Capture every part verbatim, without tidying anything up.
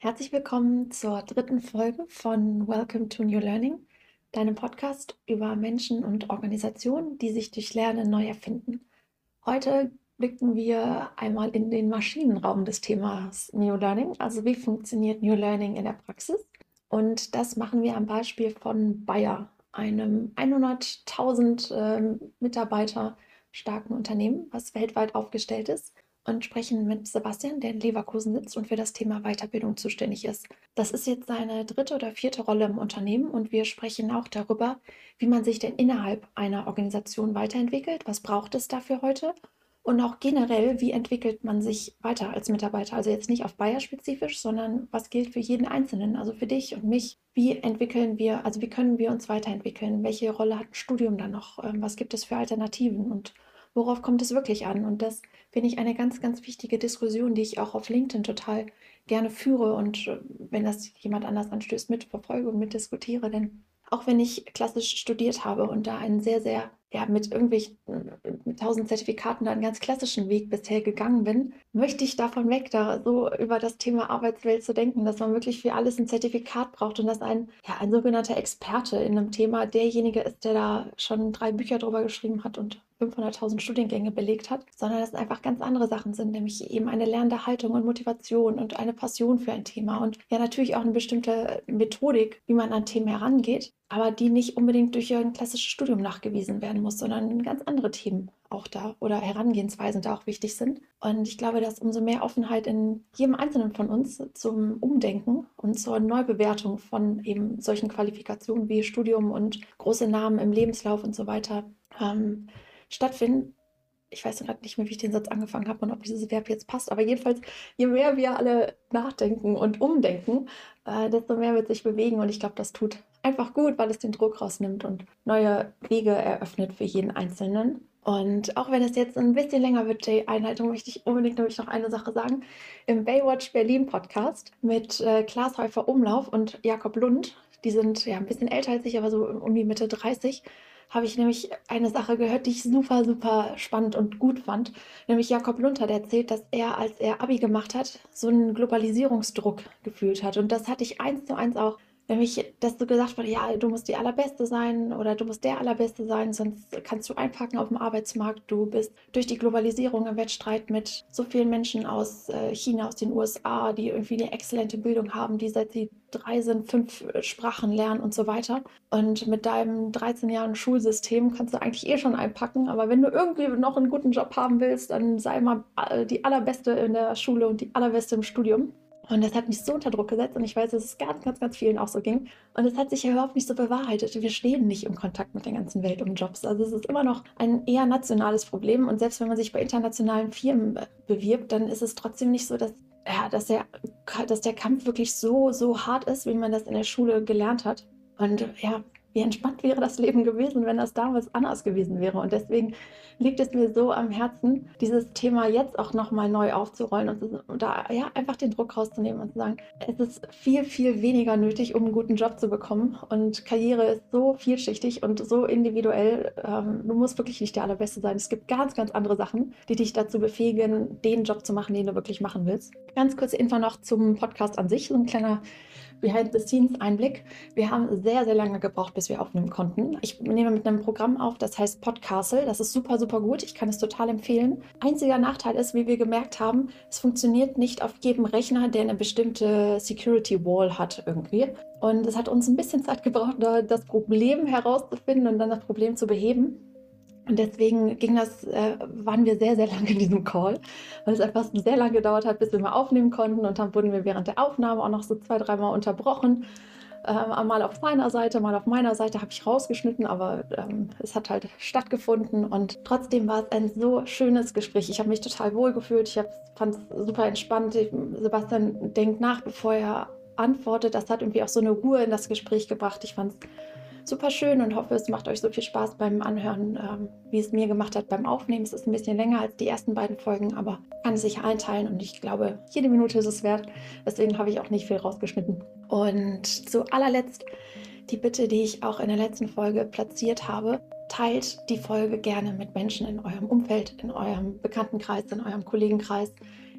Herzlich willkommen zur dritten Folge von Welcome to New Learning, deinem Podcast über Menschen und Organisationen, die sich durch Lernen neu erfinden. Heute blicken wir einmal in den Maschinenraum des Themas New Learning, also wie funktioniert New Learning in der Praxis. Und das machen wir am Beispiel von Bayer, einem hunderttausend äh, Mitarbeiter starken Unternehmen, was weltweit aufgestellt ist, und sprechen mit Sebastian, der in Leverkusen sitzt und für das Thema Weiterbildung zuständig ist. Das ist jetzt seine dritte oder vierte Rolle im Unternehmen und wir sprechen auch darüber, wie man sich denn innerhalb einer Organisation weiterentwickelt, was braucht es dafür heute und auch generell, wie entwickelt man sich weiter als Mitarbeiter. Also jetzt nicht auf Bayer spezifisch, sondern was gilt für jeden Einzelnen, also für dich und mich. Wie entwickeln wir, also wie können wir uns weiterentwickeln? Welche Rolle hat ein Studium dann noch? Ähm, Was gibt es für Alternativen und worauf kommt es wirklich an? Und das finde ich eine ganz, ganz wichtige Diskussion, die ich auch auf LinkedIn total gerne führe und äh, wenn das jemand anders anstößt, mitverfolge und mitdiskutiere. Denn auch wenn ich klassisch studiert habe und da einen sehr, sehr, ja, mit irgendwelchen, äh, mit tausend Zertifikaten da einen ganz klassischen Weg bisher gegangen bin, möchte ich davon weg, da so über das Thema Arbeitswelt zu denken, dass man wirklich für alles ein Zertifikat braucht und dass ein, ja, ein sogenannter Experte in einem Thema derjenige ist, der da schon drei Bücher drüber geschrieben hat und fünfhunderttausend Studiengänge belegt hat, sondern dass es einfach ganz andere Sachen sind, nämlich eben eine lernende Haltung und Motivation und eine Passion für ein Thema und ja natürlich auch eine bestimmte Methodik, wie man an Themen herangeht, aber die nicht unbedingt durch ein klassisches Studium nachgewiesen werden muss, sondern ganz andere Themen auch da oder Herangehensweisen da auch wichtig sind. Und ich glaube, dass umso mehr Offenheit in jedem Einzelnen von uns zum Umdenken und zur Neubewertung von eben solchen Qualifikationen wie Studium und große Namen im Lebenslauf und so weiter ähm, stattfinden. Ich weiß gerade nicht mehr, wie ich den Satz angefangen habe und ob dieses Verb jetzt passt, aber jedenfalls, je mehr wir alle nachdenken und umdenken, äh, desto mehr wird sich bewegen und ich glaube, das tut einfach gut, weil es den Druck rausnimmt und neue Wege eröffnet für jeden Einzelnen. Und auch wenn es jetzt ein bisschen länger wird, die Einleitung, möchte ich unbedingt nämlich noch eine Sache sagen. Im Baywatch Berlin Podcast mit äh, Klaas Häufer Umlauf und Jakob Lund, die sind ja ein bisschen älter als ich, aber so um die Mitte dreißig, habe ich nämlich eine Sache gehört, die ich super, super spannend und gut fand. Nämlich Jakob Lund hat erzählt, dass er, als er Abi gemacht hat, so einen Globalisierungsdruck gefühlt hat. Und das hatte ich eins zu eins auch. Nämlich, dass so gesagt wurde, ja, du musst die Allerbeste sein oder du musst der Allerbeste sein, sonst kannst du einpacken auf dem Arbeitsmarkt. Du bist durch die Globalisierung im Wettstreit mit so vielen Menschen aus äh, China, aus den U S A, die irgendwie eine exzellente Bildung haben, die seit sie drei sind, fünf äh, Sprachen lernen und so weiter. Und mit deinem dreizehn Jahren Schulsystem kannst du eigentlich eh schon einpacken. Aber wenn du irgendwie noch einen guten Job haben willst, dann sei mal äh, die Allerbeste in der Schule und die Allerbeste im Studium. Und das hat mich so unter Druck gesetzt und ich weiß, dass es ganz, ganz, ganz vielen auch so ging. Und es hat sich ja überhaupt nicht so bewahrheitet. Wir stehen nicht im Kontakt mit der ganzen Welt um Jobs. Also es ist immer noch ein eher nationales Problem. Und selbst wenn man sich bei internationalen Firmen bewirbt, dann ist es trotzdem nicht so, dass, ja, dass, der, dass der Kampf wirklich so, so hart ist, wie man das in der Schule gelernt hat. Und ja, wie entspannt wäre das Leben gewesen, wenn das damals anders gewesen wäre. Und deswegen liegt es mir so am Herzen, dieses Thema jetzt auch nochmal neu aufzurollen und, und da ja einfach den Druck rauszunehmen und zu sagen, es ist viel, viel weniger nötig, um einen guten Job zu bekommen. Und Karriere ist so vielschichtig und so individuell. Ähm, du musst wirklich nicht der Allerbeste sein. Es gibt ganz, ganz andere Sachen, die dich dazu befähigen, den Job zu machen, den du wirklich machen willst. Ganz kurze Info noch zum Podcast an sich, so ein kleiner Behind-the-Scenes-Einblick. Wir haben sehr, sehr lange gebraucht, bis wir aufnehmen konnten. Ich nehme mit einem Programm auf, das heißt Podcastle. Das ist super, super gut. Ich kann es total empfehlen. Einziger Nachteil ist, wie wir gemerkt haben, es funktioniert nicht auf jedem Rechner, der eine bestimmte Security Wall hat irgendwie. Und es hat uns ein bisschen Zeit gebraucht, das Problem herauszufinden und dann das Problem zu beheben. Und deswegen ging das, äh, waren wir sehr, sehr lange in diesem Call, weil es einfach sehr lange gedauert hat, bis wir mal aufnehmen konnten. Und dann wurden wir während der Aufnahme auch noch so zwei, dreimal unterbrochen. Ähm, mal auf seiner Seite, mal auf meiner Seite habe ich rausgeschnitten, aber ähm, es hat halt stattgefunden. Und trotzdem war es ein so schönes Gespräch. Ich habe mich total wohl gefühlt. Ich fand es super entspannt. Sebastian denkt nach, bevor er antwortet. Das hat irgendwie auch so eine Ruhe in das Gespräch gebracht. Ich fand es super schön und hoffe, es macht euch so viel Spaß beim Anhören, ähm, wie es mir gemacht hat beim Aufnehmen. Es ist ein bisschen länger als die ersten beiden Folgen, aber kann es sich einteilen und ich glaube, jede Minute ist es wert. Deswegen habe ich auch nicht viel rausgeschnitten. Und zu allerletzt die Bitte, die ich auch in der letzten Folge platziert habe: Teilt die Folge gerne mit Menschen in eurem Umfeld, in eurem Bekanntenkreis, in eurem Kollegenkreis,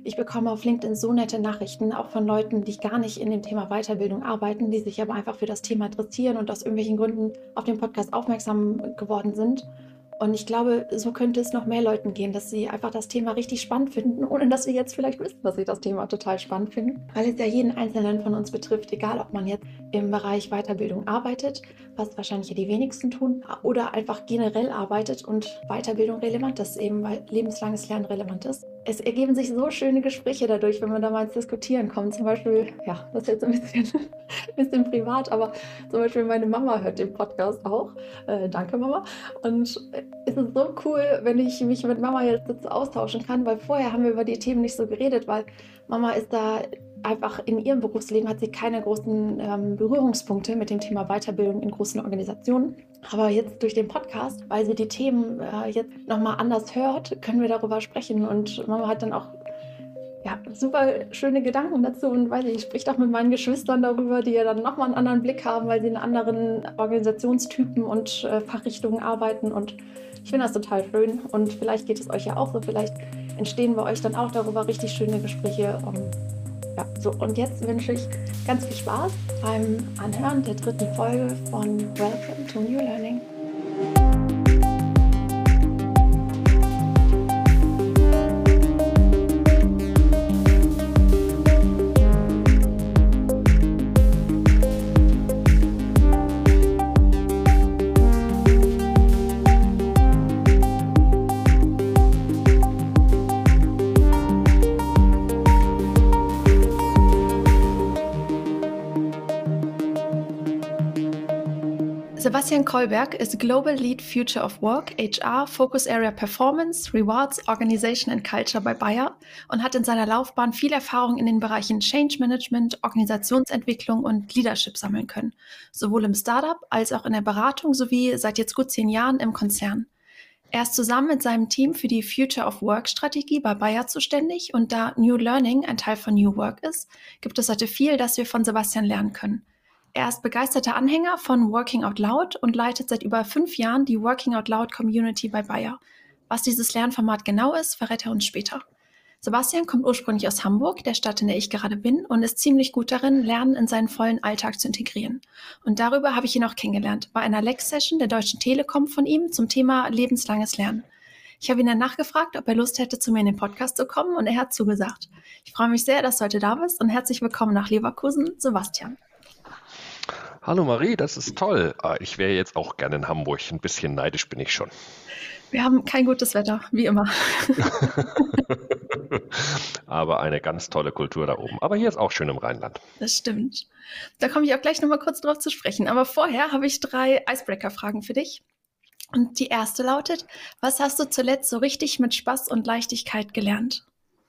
Ich bekomme auf LinkedIn so nette Nachrichten, auch von Leuten, die gar nicht in dem Thema Weiterbildung arbeiten, die sich aber einfach für das Thema interessieren und aus irgendwelchen Gründen auf den Podcast aufmerksam geworden sind. Und ich glaube, so könnte es noch mehr Leuten gehen, dass sie einfach das Thema richtig spannend finden, ohne dass sie jetzt vielleicht wissen, dass sie das Thema total spannend finden. Weil es ja jeden Einzelnen von uns betrifft, egal ob man jetzt im Bereich Weiterbildung arbeitet, was wahrscheinlich ja die wenigsten tun, oder einfach generell arbeitet und Weiterbildung relevant ist, eben weil lebenslanges Lernen relevant ist. Es ergeben sich so schöne Gespräche dadurch, wenn man da mal ins Diskutieren kommt. Zum Beispiel, ja, das ist jetzt ein bisschen, ein bisschen privat, aber zum Beispiel meine Mama hört den Podcast auch. Äh, danke, Mama. Und es ist so cool, wenn ich mich mit Mama jetzt dazu austauschen kann, weil vorher haben wir über die Themen nicht so geredet, weil Mama ist da einfach in ihrem Berufsleben, hat sie keine großen ähm, Berührungspunkte mit dem Thema Weiterbildung in großen Organisationen. Aber jetzt durch den Podcast, weil sie die Themen äh, jetzt nochmal anders hört, können wir darüber sprechen. Und Mama hat dann auch ja, super schöne Gedanken dazu und weiß ich, ich spreche auch mit meinen Geschwistern darüber, die ja dann nochmal einen anderen Blick haben, weil sie in anderen Organisationstypen und äh, Fachrichtungen arbeiten und ich finde das total schön und vielleicht geht es euch ja auch so, vielleicht entstehen bei euch dann auch darüber richtig schöne Gespräche. Um, ja, so und jetzt wünsche ich ganz viel Spaß beim Anhören der dritten Folge von Welcome to New Learning. Sebastian Kolberg ist Global Lead Future of Work, H R, Focus Area Performance, Rewards, Organization and Culture bei Bayer und hat in seiner Laufbahn viel Erfahrung in den Bereichen Change Management, Organisationsentwicklung und Leadership sammeln können, sowohl im Startup als auch in der Beratung sowie seit jetzt gut zehn Jahren im Konzern. Er ist zusammen mit seinem Team für die Future of Work Strategie bei Bayer zuständig und da New Learning ein Teil von New Work ist, gibt es heute viel, das wir von Sebastian lernen können. Er ist begeisterter Anhänger von Working Out Loud und leitet seit über fünf Jahren die Working Out Loud Community bei Bayer. Was dieses Lernformat genau ist, verrät er uns später. Sebastian kommt ursprünglich aus Hamburg, der Stadt, in der ich gerade bin, und ist ziemlich gut darin, Lernen in seinen vollen Alltag zu integrieren. Und darüber habe ich ihn auch kennengelernt, bei einer Lex-Session der Deutschen Telekom von ihm zum Thema lebenslanges Lernen. Ich habe ihn dann nachgefragt, ob er Lust hätte, zu mir in den Podcast zu kommen, und er hat zugesagt. Ich freue mich sehr, dass du heute da bist und herzlich willkommen nach Leverkusen, Sebastian. Hallo Marie, das ist toll. Ich wäre jetzt auch gerne in Hamburg. Ein bisschen neidisch bin ich schon. Wir haben kein gutes Wetter, wie immer. Aber eine ganz tolle Kultur da oben. Aber hier ist auch schön im Rheinland. Das stimmt. Da komme ich auch gleich nochmal kurz drauf zu sprechen. Aber vorher habe ich drei Icebreaker-Fragen für dich. Und die erste lautet, was hast du zuletzt so richtig mit Spaß und Leichtigkeit gelernt?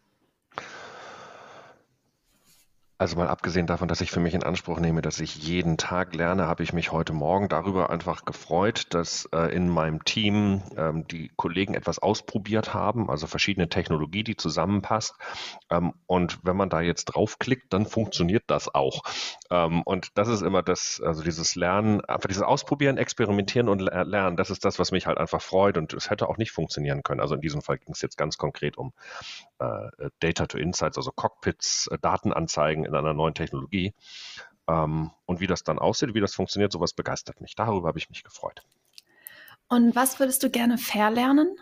Also mal abgesehen davon, dass ich für mich in Anspruch nehme, dass ich jeden Tag lerne, habe ich mich heute Morgen darüber einfach gefreut, dass äh, in meinem Team ähm, die Kollegen etwas ausprobiert haben, also verschiedene Technologie, die zusammenpasst. Ähm, und wenn man da jetzt draufklickt, dann funktioniert das auch. Ähm, und das ist immer das, also dieses Lernen, einfach dieses Ausprobieren, Experimentieren und Lernen, das ist das, was mich halt einfach freut und es hätte auch nicht funktionieren können. Also in diesem Fall ging es jetzt ganz konkret um äh, Data to Insights, also Cockpits, äh, Datenanzeigen in einer neuen Technologie. Ähm, und wie das dann aussieht, wie das funktioniert, sowas begeistert mich. Darüber habe ich mich gefreut. Und was würdest du gerne verlernen?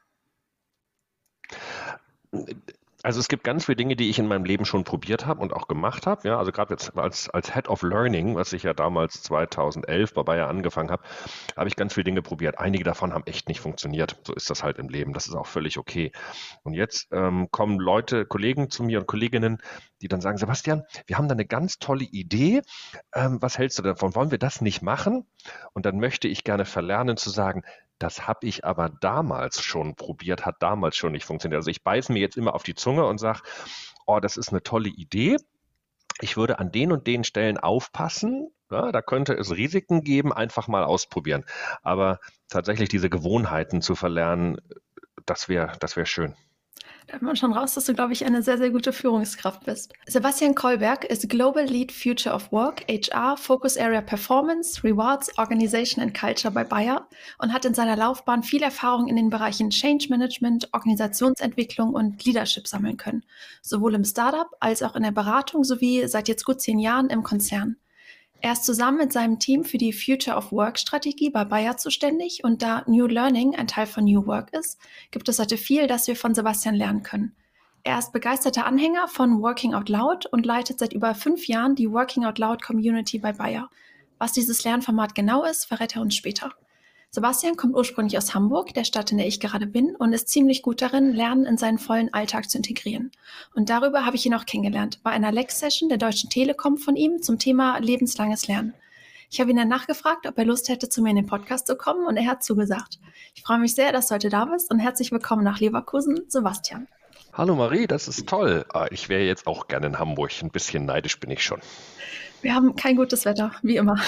Also es gibt ganz viele Dinge, die ich in meinem Leben schon probiert habe und auch gemacht habe. Ja, also gerade jetzt als, als Head of Learning, was ich ja damals zweitausendelf bei Bayer angefangen habe, habe ich ganz viele Dinge probiert. Einige davon haben echt nicht funktioniert. So ist das halt im Leben. Das ist auch völlig okay. Und jetzt ähm, kommen Leute, Kollegen zu mir und Kolleginnen, die dann sagen, Sebastian, wir haben da eine ganz tolle Idee. Ähm, was hältst du davon? Wollen wir das nicht machen? Und dann möchte ich gerne verlernen zu sagen, das habe ich aber damals schon probiert, hat damals schon nicht funktioniert. Also ich beiße mir jetzt immer auf die Zunge und sage, oh, das ist eine tolle Idee. Ich würde an den und den Stellen aufpassen. Ja, da könnte es Risiken geben, einfach mal ausprobieren. Aber tatsächlich diese Gewohnheiten zu verlernen, das wäre das wär schön. Da hört man schon raus, dass du, glaube ich, eine sehr, sehr gute Führungskraft bist. Sebastian Kolberg ist Global Lead Future of Work, H R, Focus Area Performance, Rewards, Organization and Culture bei Bayer und hat in seiner Laufbahn viel Erfahrung in den Bereichen Change Management, Organisationsentwicklung und Leadership sammeln können. Sowohl im Startup als auch in der Beratung sowie seit jetzt gut zehn Jahren im Konzern. Er ist zusammen mit seinem Team für die Future of Work Strategie bei Bayer zuständig und da New Learning ein Teil von New Work ist, gibt es heute viel, das wir von Sebastian lernen können. Er ist begeisterter Anhänger von Working Out Loud und leitet seit über fünf Jahren die Working Out Loud Community bei Bayer. Was dieses Lernformat genau ist, verrät er uns später. Sebastian kommt ursprünglich aus Hamburg, der Stadt, in der ich gerade bin, und ist ziemlich gut darin, Lernen in seinen vollen Alltag zu integrieren. Und darüber habe ich ihn auch kennengelernt, bei einer Lex-Session der Deutschen Telekom von ihm zum Thema lebenslanges Lernen. Ich habe ihn dann nachgefragt, ob er Lust hätte, zu mir in den Podcast zu kommen, und er hat zugesagt. Ich freue mich sehr, dass du heute da bist, und herzlich willkommen nach Leverkusen, Sebastian. Hallo Marie, das ist toll. Ich wäre jetzt auch gerne in Hamburg. Ein bisschen neidisch bin ich schon. Wir haben kein gutes Wetter, wie immer.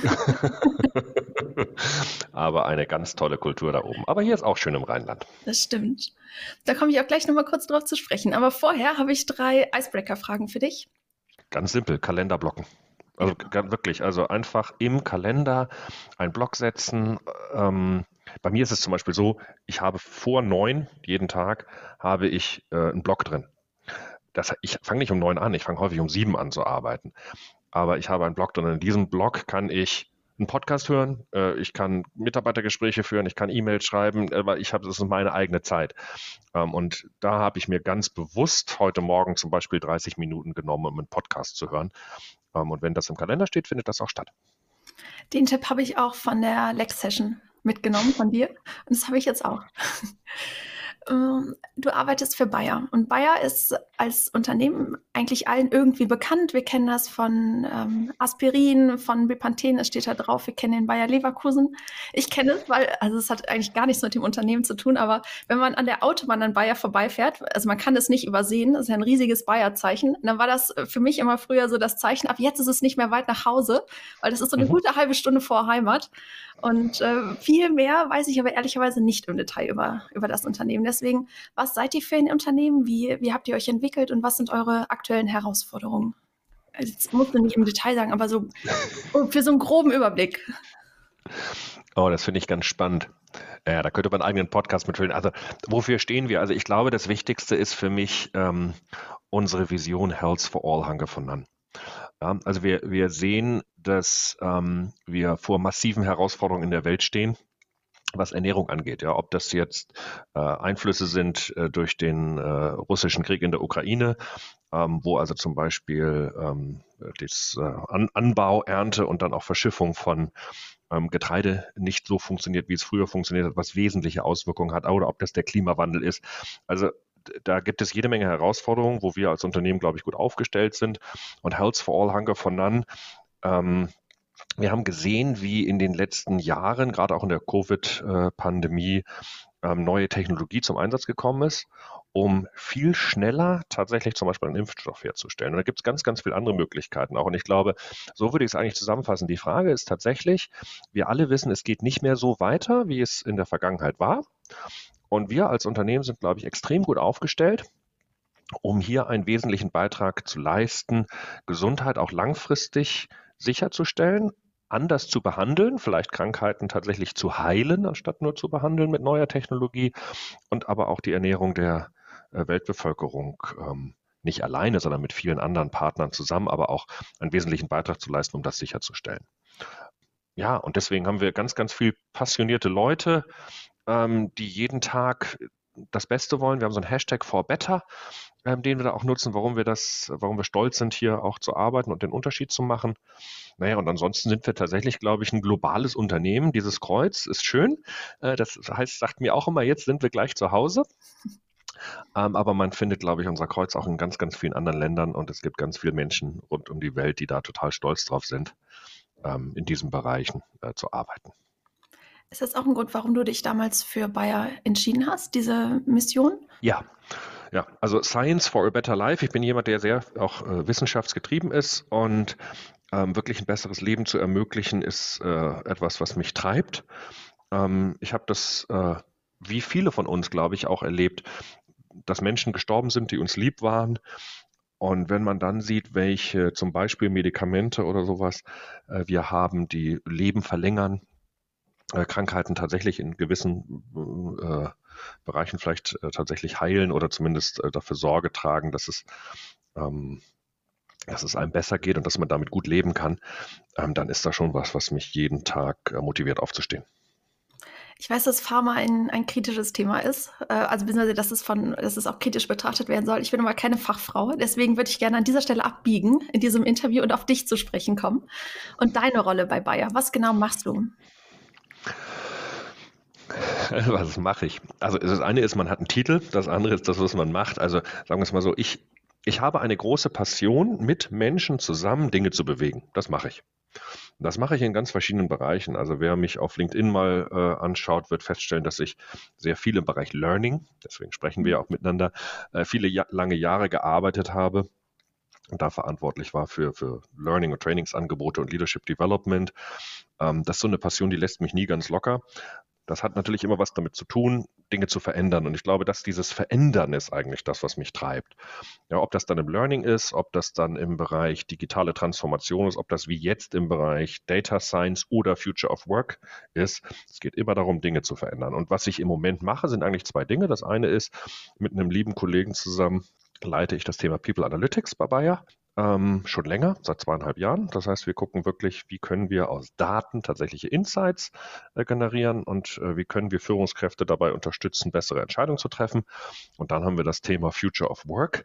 Aber eine ganz tolle Kultur da oben. Aber hier ist auch schön im Rheinland. Das stimmt. Da komme ich auch gleich nochmal kurz drauf zu sprechen. Aber vorher habe ich drei Icebreaker-Fragen für dich. Ganz simpel, Kalender blocken. Also ja. Wirklich, also einfach im Kalender einen Block setzen. Ähm, bei mir ist es zum Beispiel so, ich habe vor neun jeden Tag habe ich äh, einen Block drin. Das, ich fange nicht um neun an, ich fange häufig um sieben an zu arbeiten. Aber ich habe einen Blog drin. In diesem Blog kann ich einen Podcast hören, äh, ich kann Mitarbeitergespräche führen, ich kann E-Mails schreiben, aber ich habe, das ist meine eigene Zeit. Ähm, und da habe ich mir ganz bewusst heute Morgen zum Beispiel dreißig Minuten genommen, um einen Podcast zu hören. Ähm, und wenn das im Kalender steht, findet das auch statt. Den Tipp habe ich auch von der Lex-Session mitgenommen von dir. Und das habe ich jetzt auch. Du arbeitest für Bayer und Bayer ist als Unternehmen eigentlich allen irgendwie bekannt. Wir kennen das von ähm, Aspirin, von Bepanthen, es steht da drauf. Wir kennen den Bayer Leverkusen. Ich kenne es, weil, also es hat eigentlich gar nichts mit dem Unternehmen zu tun, aber wenn man an der Autobahn an Bayer vorbeifährt, also man kann es nicht übersehen, das ist ja ein riesiges Bayer-Zeichen, dann war das für mich immer früher so das Zeichen, ab jetzt ist es nicht mehr weit nach Hause, weil das ist so eine mhm. gute halbe Stunde vor Heimat. Und äh, viel mehr weiß ich aber ehrlicherweise nicht im Detail über, über das Unternehmen. Deswegen, was seid ihr für ein Unternehmen? Wie, wie habt ihr euch entwickelt und was sind eure aktuellen Herausforderungen? Also jetzt musst du nicht im Detail sagen, aber so für so einen groben Überblick. Oh, das finde ich ganz spannend. Ja, da könnte man einen eigenen Podcast mitfüllen. Also, wofür stehen wir? Also, ich glaube, das Wichtigste ist für mich ähm, unsere Vision Health for All, Hunger for None. Ja, also wir, wir sehen, dass ähm, wir vor massiven Herausforderungen in der Welt stehen, was Ernährung angeht. Ja, ob das jetzt äh, Einflüsse sind äh, durch den äh, russischen Krieg in der Ukraine, ähm, wo also zum Beispiel ähm, das äh, An- Anbau, Ernte und dann auch Verschiffung von ähm, Getreide nicht so funktioniert, wie es früher funktioniert hat, was wesentliche Auswirkungen hat, oder ob das der Klimawandel ist. Also da gibt es jede Menge Herausforderungen, wo wir als Unternehmen, glaube ich, gut aufgestellt sind. Und Health for All, Hunger for None, ähm, wir haben gesehen, wie in den letzten Jahren, gerade auch in der Covid-Pandemie, ähm, neue Technologie zum Einsatz gekommen ist, um viel schneller tatsächlich zum Beispiel einen Impfstoff herzustellen. Und da gibt es ganz, ganz viele andere Möglichkeiten auch. Und ich glaube, so würde ich es eigentlich zusammenfassen. Die Frage ist tatsächlich, wir alle wissen, es geht nicht mehr so weiter, wie es in der Vergangenheit war. Und wir als Unternehmen sind, glaube ich, extrem gut aufgestellt, um hier einen wesentlichen Beitrag zu leisten, Gesundheit auch langfristig sicherzustellen, anders zu behandeln, vielleicht Krankheiten tatsächlich zu heilen, anstatt nur zu behandeln mit neuer Technologie, und aber auch die Ernährung der äh, Weltbevölkerung ähm, nicht alleine, sondern mit vielen anderen Partnern zusammen, aber auch einen wesentlichen Beitrag zu leisten, um das sicherzustellen. Ja, und deswegen haben wir ganz, ganz viel passionierte Leute, ähm, die jeden Tag das Beste wollen. Wir haben so einen Hashtag for better, ähm, den wir da auch nutzen, warum wir das, warum wir stolz sind, hier auch zu arbeiten und den Unterschied zu machen. Naja, und ansonsten sind wir tatsächlich, glaube ich, ein globales Unternehmen. Dieses Kreuz ist schön. Äh, das heißt, sagt mir auch immer, jetzt sind wir gleich zu Hause. Ähm, aber man findet, glaube ich, unser Kreuz auch in ganz, ganz vielen anderen Ländern, und es gibt ganz viele Menschen rund um die Welt, die da total stolz drauf sind, ähm, in diesen Bereichen äh, zu arbeiten. Ist das auch ein Grund, warum du dich damals für Bayer entschieden hast, diese Mission? Ja, ja, also Science for a Better Life. Ich bin jemand, der sehr auch äh, wissenschaftsgetrieben ist, und ähm, wirklich ein besseres Leben zu ermöglichen, ist äh, etwas, was mich treibt. Ähm, ich habe das, äh, wie viele von uns, glaube ich, auch erlebt. dass Menschen gestorben sind, die uns lieb waren. Und wenn man dann sieht, welche zum Beispiel Medikamente oder sowas äh, wir haben, die Leben verlängern, äh, Krankheiten tatsächlich in gewissen äh, Bereichen vielleicht äh, tatsächlich heilen oder zumindest äh, dafür Sorge tragen, dass es, ähm, dass es einem besser geht und dass man damit gut leben kann, ähm, dann ist das schon was, was mich jeden Tag äh, motiviert aufzustehen. Ich weiß, dass Pharma ein, ein kritisches Thema ist, äh, also beziehungsweise, dass es, von, dass es auch kritisch betrachtet werden soll. Ich bin aber keine Fachfrau, deswegen würde ich gerne an dieser Stelle abbiegen in diesem Interview und auf dich zu sprechen kommen und deine Rolle bei Bayer. Was genau machst du? Was mache ich? Also das eine ist, man hat einen Titel, das andere ist das, was man macht. Also sagen wir es mal so, ich, ich habe eine große Passion, mit Menschen zusammen Dinge zu bewegen. Das mache ich. Das mache ich in ganz verschiedenen Bereichen. Also wer mich auf LinkedIn mal äh, anschaut, wird feststellen, dass ich sehr viel im Bereich Learning, deswegen sprechen wir auch miteinander, äh, viele ja lange Jahre gearbeitet habe und da verantwortlich war für, für Learning- und Trainingsangebote und Leadership Development. Ähm, das ist so eine Passion, die lässt mich nie ganz locker. Das hat natürlich immer was damit zu tun, Dinge zu verändern. Und ich glaube, dass dieses Verändern ist eigentlich das, was mich treibt. Ja, ob das dann im Learning ist, ob das dann im Bereich digitale Transformation ist, ob das wie jetzt im Bereich Data Science oder Future of Work ist. Es geht immer darum, Dinge zu verändern. Und was ich im Moment mache, sind eigentlich zwei Dinge. Das eine ist, mit einem lieben Kollegen zusammen leite ich das Thema People Analytics bei Bayer. Ähm, schon länger, seit zweieinhalb Jahren. Das heißt, wir gucken wirklich, wie können wir aus Daten tatsächliche Insights äh, generieren und äh, wie können wir Führungskräfte dabei unterstützen, bessere Entscheidungen zu treffen. Und dann haben wir das Thema Future of Work,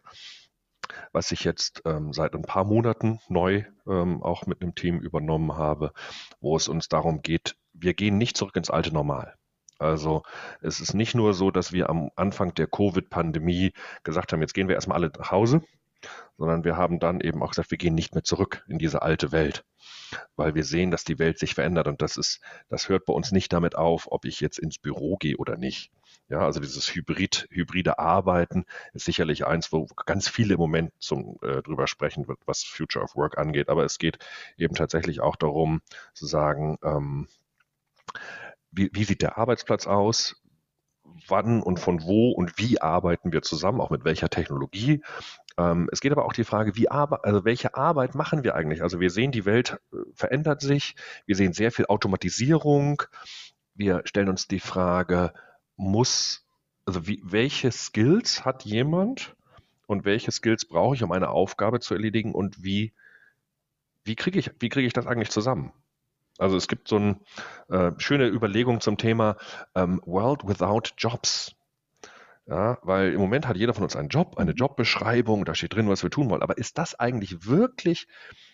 was ich jetzt ähm, seit ein paar Monaten neu ähm, auch mit einem Team übernommen habe, wo es uns darum geht, wir gehen nicht zurück ins alte Normal. Also es ist nicht nur so, dass wir am Anfang der Covid-Pandemie gesagt haben, jetzt gehen wir erstmal alle nach Hause, sondern wir haben dann eben auch gesagt, wir gehen nicht mehr zurück in diese alte Welt, weil wir sehen, dass die Welt sich verändert und das ist, das hört bei uns nicht damit auf, ob ich jetzt ins Büro gehe oder nicht. Ja, also dieses Hybrid, hybride Arbeiten ist sicherlich eins, wo ganz viele im Moment zum, äh, drüber sprechen wird, was Future of Work angeht. Aber es geht eben tatsächlich auch darum, zu sagen, ähm, wie, wie sieht der Arbeitsplatz aus? Wann und von wo und wie arbeiten wir zusammen, auch mit welcher Technologie? Ähm, es geht aber auch die Frage, wie Arbe- also welche Arbeit machen wir eigentlich? Also wir sehen, die Welt äh, verändert sich, wir sehen sehr viel Automatisierung. Wir stellen uns die Frage, muss, also wie, welche Skills hat jemand und welche Skills brauche ich, um eine Aufgabe zu erledigen und wie, wie kriege ich, wie kriege ich das eigentlich zusammen? Also es gibt so eine äh, schöne Überlegung zum Thema ähm, World without Jobs. Ja, weil im Moment hat jeder von uns einen Job, eine Jobbeschreibung, da steht drin, was wir tun wollen. Aber ist das eigentlich wirklich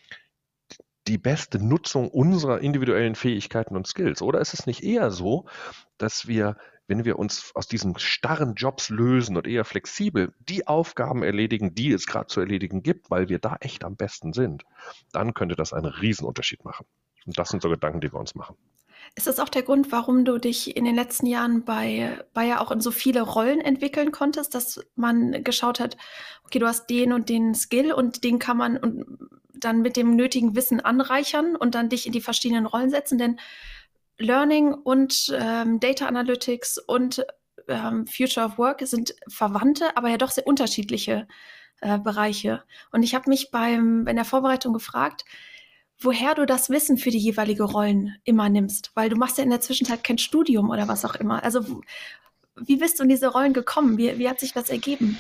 die beste Nutzung unserer individuellen Fähigkeiten und Skills? Oder ist es nicht eher so, dass wir, wenn wir uns aus diesen starren Jobs lösen und eher flexibel die Aufgaben erledigen, die es gerade zu erledigen gibt, weil wir da echt am besten sind, dann könnte das einen Riesenunterschied machen. Und das sind so Gedanken, die wir uns machen. Ist das auch der Grund, warum du dich in den letzten Jahren bei Bayer auch in so viele Rollen entwickeln konntest, dass man geschaut hat, okay, du hast den und den Skill und den kann man und dann mit dem nötigen Wissen anreichern und dann dich in die verschiedenen Rollen setzen? Denn Learning und ähm, Data Analytics und ähm, Future of Work sind verwandte, aber ja doch sehr unterschiedliche äh, Bereiche. Und ich habe mich beim, in der Vorbereitung gefragt, woher du das Wissen für die jeweilige Rollen immer nimmst, weil du machst ja in der Zwischenzeit kein Studium oder was auch immer. Also wie bist du in diese Rollen gekommen? Wie, wie hat sich das ergeben?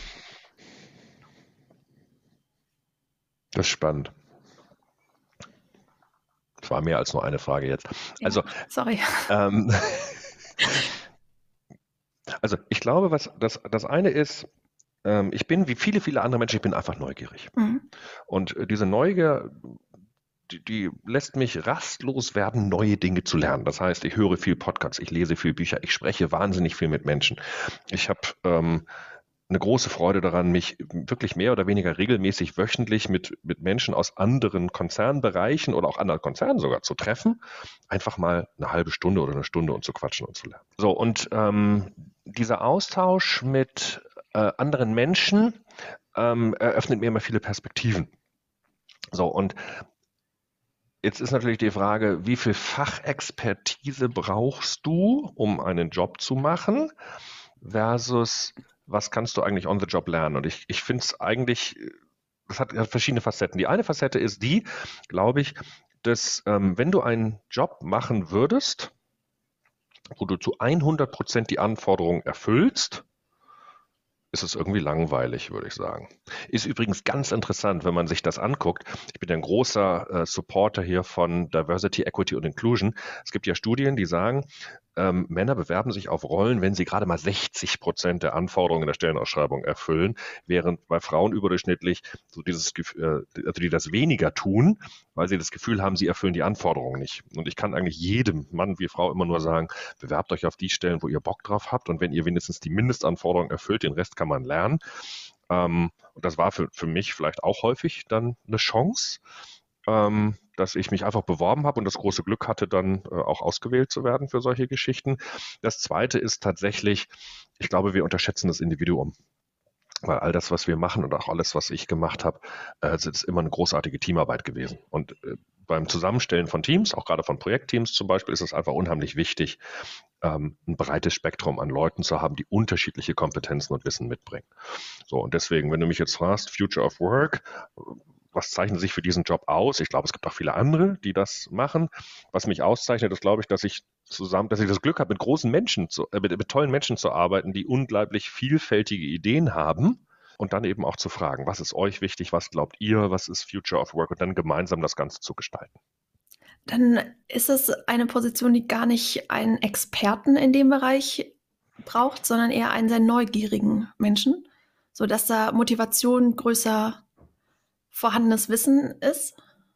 Das ist spannend. Das war mehr als nur eine Frage jetzt. Ja, Also, sorry. ähm, also ich glaube, was das, das eine ist, ähm, ich bin wie viele, viele andere Menschen, ich bin einfach neugierig. Mhm. Und äh, diese Neugier, die, die lässt mich rastlos werden, neue Dinge zu lernen. Das heißt, ich höre viel Podcasts, ich lese viel Bücher, ich spreche wahnsinnig viel mit Menschen. Ich habe ähm, eine große Freude daran, mich wirklich mehr oder weniger regelmäßig wöchentlich mit, mit Menschen aus anderen Konzernbereichen oder auch anderen Konzernen sogar zu treffen, einfach mal eine halbe Stunde oder eine Stunde und zu quatschen und zu lernen. So, und ähm, dieser Austausch mit äh, anderen Menschen ähm, eröffnet mir immer viele Perspektiven. So, und jetzt ist natürlich die Frage, wie viel Fachexpertise brauchst du, um einen Job zu machen, versus was kannst du eigentlich on the job lernen? Und ich, ich finde es eigentlich, das hat, hat verschiedene Facetten. Die eine Facette ist die, glaube ich, dass ähm, wenn du einen Job machen würdest, wo du zu hundert Prozent die Anforderungen erfüllst, ist es irgendwie langweilig, würde ich sagen. Ist übrigens ganz interessant, wenn man sich das anguckt. Ich bin ein großer äh, Supporter hier von Diversity, Equity und Inclusion. Es gibt ja Studien, die sagen, ähm, Männer bewerben sich auf Rollen, wenn sie gerade mal sechzig Prozent der Anforderungen in der Stellenausschreibung erfüllen, während bei Frauen überdurchschnittlich so dieses, äh, also die das weniger tun, weil sie das Gefühl haben, sie erfüllen die Anforderungen nicht. Und ich kann eigentlich jedem Mann wie Frau immer nur sagen, bewerbt euch auf die Stellen, wo ihr Bock drauf habt, und wenn ihr wenigstens die Mindestanforderungen erfüllt, den Rest kann man lernen. Ähm, und das war für, für mich vielleicht auch häufig dann eine Chance, ähm, dass ich mich einfach beworben habe und das große Glück hatte, dann äh, auch ausgewählt zu werden für solche Geschichten. Das Zweite ist tatsächlich, ich glaube, wir unterschätzen das Individuum. Weil all das, was wir machen und auch alles, was ich gemacht habe, äh, ist immer eine großartige Teamarbeit gewesen. Und äh, beim Zusammenstellen von Teams, auch gerade von Projektteams zum Beispiel, ist es einfach unheimlich wichtig, ähm, ein breites Spektrum an Leuten zu haben, die unterschiedliche Kompetenzen und Wissen mitbringen. So, und deswegen, wenn du mich jetzt fragst, Future of Work, was zeichnet sich für diesen Job aus? Ich glaube, es gibt auch viele andere, die das machen. Was mich auszeichnet, ist, glaube ich, dass ich zusammen, dass ich das Glück habe, mit großen Menschen, zu, äh, mit, mit tollen Menschen zu arbeiten, die unglaublich vielfältige Ideen haben, und dann eben auch zu fragen, was ist euch wichtig, was glaubt ihr, was ist Future of Work, und dann gemeinsam das Ganze zu gestalten. Dann ist es eine Position, die gar nicht einen Experten in dem Bereich braucht, sondern eher einen sehr neugierigen Menschen, sodass da Motivation größer vorhandenes Wissen ist.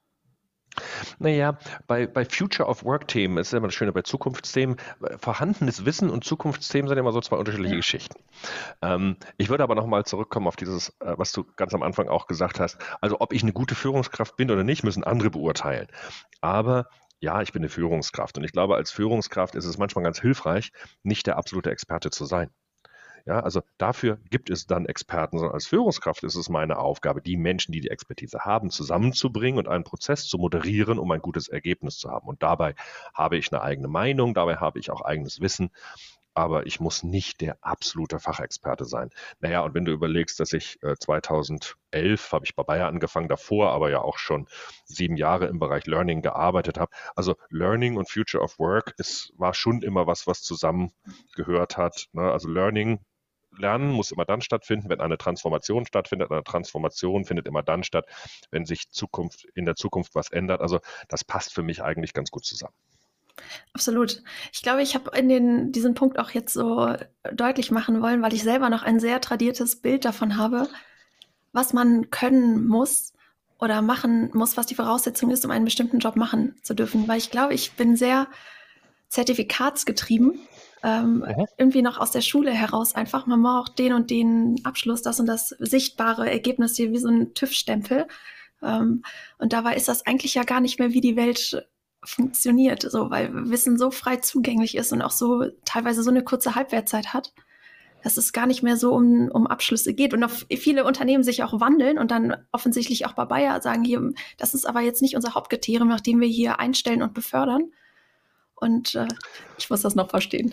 Naja, bei, bei Future of Work-Themen ist immer das Schöne, bei Zukunftsthemen, vorhandenes Wissen und Zukunftsthemen sind immer so zwei unterschiedliche ja. Geschichten. Ähm, ich würde aber nochmal zurückkommen auf dieses, äh, was du ganz am Anfang auch gesagt hast. Also ob ich eine gute Führungskraft bin oder nicht, müssen andere beurteilen. Aber ja, ich bin eine Führungskraft, und ich glaube, als Führungskraft ist es manchmal ganz hilfreich, nicht der absolute Experte zu sein. Ja, also dafür gibt es dann Experten, sondern als Führungskraft ist es meine Aufgabe, die Menschen, die die Expertise haben, zusammenzubringen und einen Prozess zu moderieren, um ein gutes Ergebnis zu haben. Und dabei habe ich eine eigene Meinung, dabei habe ich auch eigenes Wissen, aber ich muss nicht der absolute Fachexperte sein. Naja, und wenn du überlegst, dass ich äh, zweitausendelf habe ich bei Bayer angefangen, davor aber ja auch schon sieben Jahre im Bereich Learning gearbeitet habe. Also Learning und Future of Work ist, war schon immer was, was zusammengehört hat. Ne? Also Learning Lernen muss immer dann stattfinden, wenn eine Transformation stattfindet. Eine Transformation findet immer dann statt, wenn sich Zukunft, in der Zukunft was ändert. Also das passt für mich eigentlich ganz gut zusammen. Absolut. Ich glaube, ich habe in den, diesen Punkt auch jetzt so deutlich machen wollen, weil ich selber noch ein sehr tradiertes Bild davon habe, was man können muss oder machen muss, was die Voraussetzung ist, um einen bestimmten Job machen zu dürfen. Weil ich glaube, ich bin sehr zertifikatsgetrieben. Ähm, mhm. Irgendwie noch aus der Schule heraus einfach, man braucht den und den Abschluss, das und das sichtbare Ergebnis hier wie so ein TÜV-Stempel. Ähm, und dabei ist das eigentlich ja gar nicht mehr, wie die Welt funktioniert, so, weil Wissen so frei zugänglich ist und auch so teilweise so eine kurze Halbwertzeit hat, dass es gar nicht mehr so um, um Abschlüsse geht. Und auch viele Unternehmen sich auch wandeln und dann offensichtlich auch bei Bayer sagen, hier, das ist aber jetzt nicht unser Hauptkriterium, nach dem wir hier einstellen und befördern. Und äh, ich muss das noch verstehen.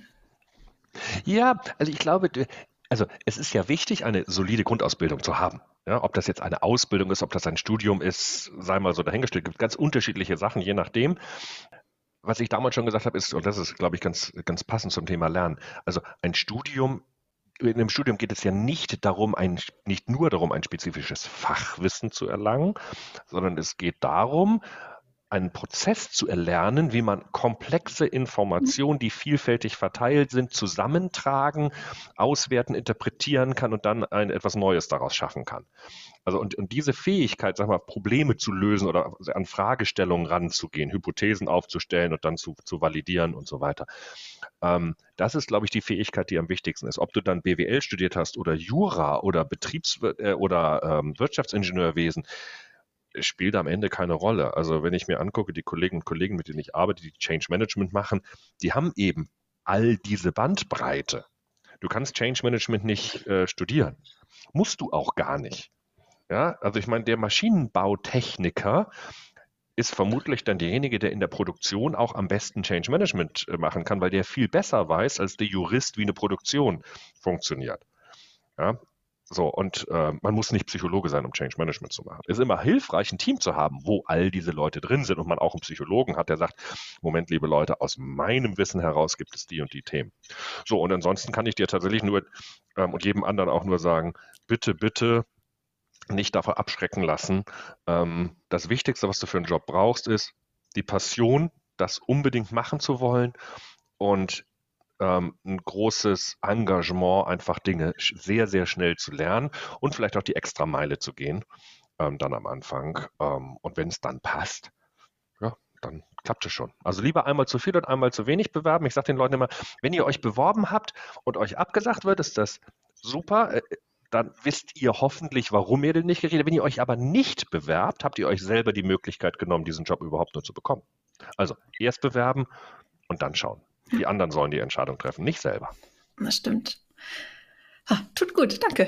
Ja, also ich glaube, also es ist ja wichtig, eine solide Grundausbildung zu haben. Ja, ob das jetzt eine Ausbildung ist, ob das ein Studium ist, sei mal so dahingestellt. Es gibt ganz unterschiedliche Sachen, je nachdem. Was ich damals schon gesagt habe, ist, und das ist, glaube ich, ganz, ganz passend zum Thema Lernen, also ein Studium, in einem Studium geht es ja nicht darum, ein, nicht nur darum, ein spezifisches Fachwissen zu erlangen, sondern es geht darum, einen Prozess zu erlernen, wie man komplexe Informationen, die vielfältig verteilt sind, zusammentragen, auswerten, interpretieren kann und dann ein, etwas Neues daraus schaffen kann. Also und, und diese Fähigkeit, sag mal, Probleme zu lösen oder an Fragestellungen ranzugehen, Hypothesen aufzustellen und dann zu, zu validieren und so weiter. Ähm, das ist, glaube ich, die Fähigkeit, die am wichtigsten ist. Ob du dann B W L studiert hast oder Jura oder Betriebs- äh, oder ähm, Wirtschaftsingenieurwesen, spielt am Ende keine Rolle. Also wenn ich mir angucke, die Kolleginnen und Kollegen, mit denen ich arbeite, die Change Management machen, die haben eben all diese Bandbreite. Du kannst Change Management nicht äh, studieren. Musst du auch gar nicht. Ja, also ich meine, der Maschinenbautechniker ist vermutlich dann derjenige, der in der Produktion auch am besten Change Management äh, machen kann, weil der viel besser weiß als der Jurist, wie eine Produktion funktioniert. Ja, so, und äh, man muss nicht Psychologe sein, um Change Management zu machen. Es ist immer hilfreich, ein Team zu haben, wo all diese Leute drin sind und man auch einen Psychologen hat, der sagt, Moment, liebe Leute, aus meinem Wissen heraus gibt es die und die Themen. So, und ansonsten kann ich dir tatsächlich nur ähm, und jedem anderen auch nur sagen, bitte, bitte nicht davon abschrecken lassen. Ähm, das Wichtigste, was du für einen Job brauchst, ist die Passion, das unbedingt machen zu wollen und ähm, ein großes Engagement, einfach Dinge sehr, sehr schnell zu lernen und vielleicht auch die Extrameile zu gehen, ähm, dann am Anfang. Ähm, und wenn es dann passt, ja, dann klappt es schon. Also lieber einmal zu viel und einmal zu wenig bewerben. Ich sage den Leuten immer, wenn ihr euch beworben habt und euch abgesagt wird, ist das super. Äh, Dann wisst ihr hoffentlich, warum ihr den nicht geredet habt. Wenn ihr euch aber nicht bewerbt, habt ihr euch selber die Möglichkeit genommen, diesen Job überhaupt nur zu bekommen. Also erst bewerben und dann schauen. Die anderen sollen die Entscheidung treffen, nicht selber. Das stimmt. Ah, tut gut, danke.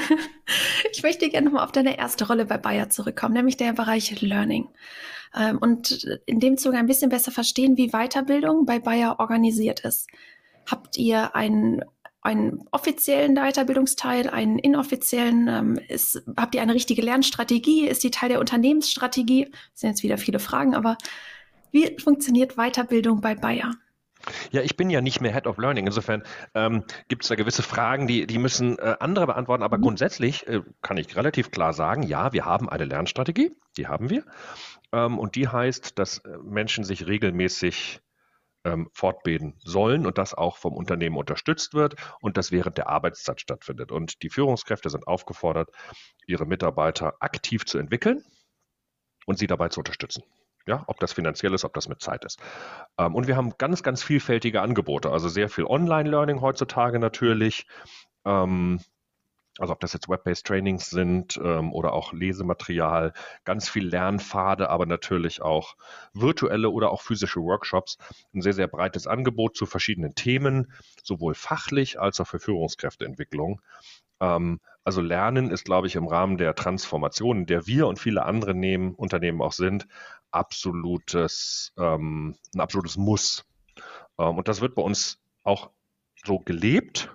Ich möchte gerne nochmal auf deine erste Rolle bei Bayer zurückkommen, nämlich der Bereich Learning. Ähm, und in dem Zuge ein bisschen besser verstehen, wie Weiterbildung bei Bayer organisiert ist. Habt ihr einen, einen offiziellen Weiterbildungsteil, einen inoffiziellen? Ähm, ist, habt ihr eine richtige Lernstrategie? Ist die Teil der Unternehmensstrategie? Das sind jetzt wieder viele Fragen, aber wie funktioniert Weiterbildung bei Bayer? Ja, ich bin ja nicht mehr Head of Learning. Insofern ähm, gibt es da gewisse Fragen, die, die müssen äh, andere beantworten. Aber Mhm. grundsätzlich äh, kann ich relativ klar sagen, ja, wir haben eine Lernstrategie, die haben wir. Ähm, und die heißt, dass äh, Menschen sich regelmäßig ähm, fortbilden sollen und das auch vom Unternehmen unterstützt wird und das während der Arbeitszeit stattfindet. Und die Führungskräfte sind aufgefordert, ihre Mitarbeiter aktiv zu entwickeln und sie dabei zu unterstützen. Ja, ob das finanziell ist, ob das mit Zeit ist. Ähm, und wir haben ganz, ganz vielfältige Angebote, also sehr viel Online-Learning heutzutage natürlich. Ähm, also ob das jetzt Web-based Trainings sind ähm, oder auch Lesematerial, ganz viel Lernpfade, aber natürlich auch virtuelle oder auch physische Workshops. Ein sehr, sehr breites Angebot zu verschiedenen Themen, sowohl fachlich als auch für Führungskräfteentwicklung. Ähm, also Lernen ist, glaube ich, im Rahmen der Transformation, in der wir und viele andere nehmen, Unternehmen auch sind, absolutes, ähm, ein absolutes Muss. Ähm, und das wird bei uns auch so gelebt.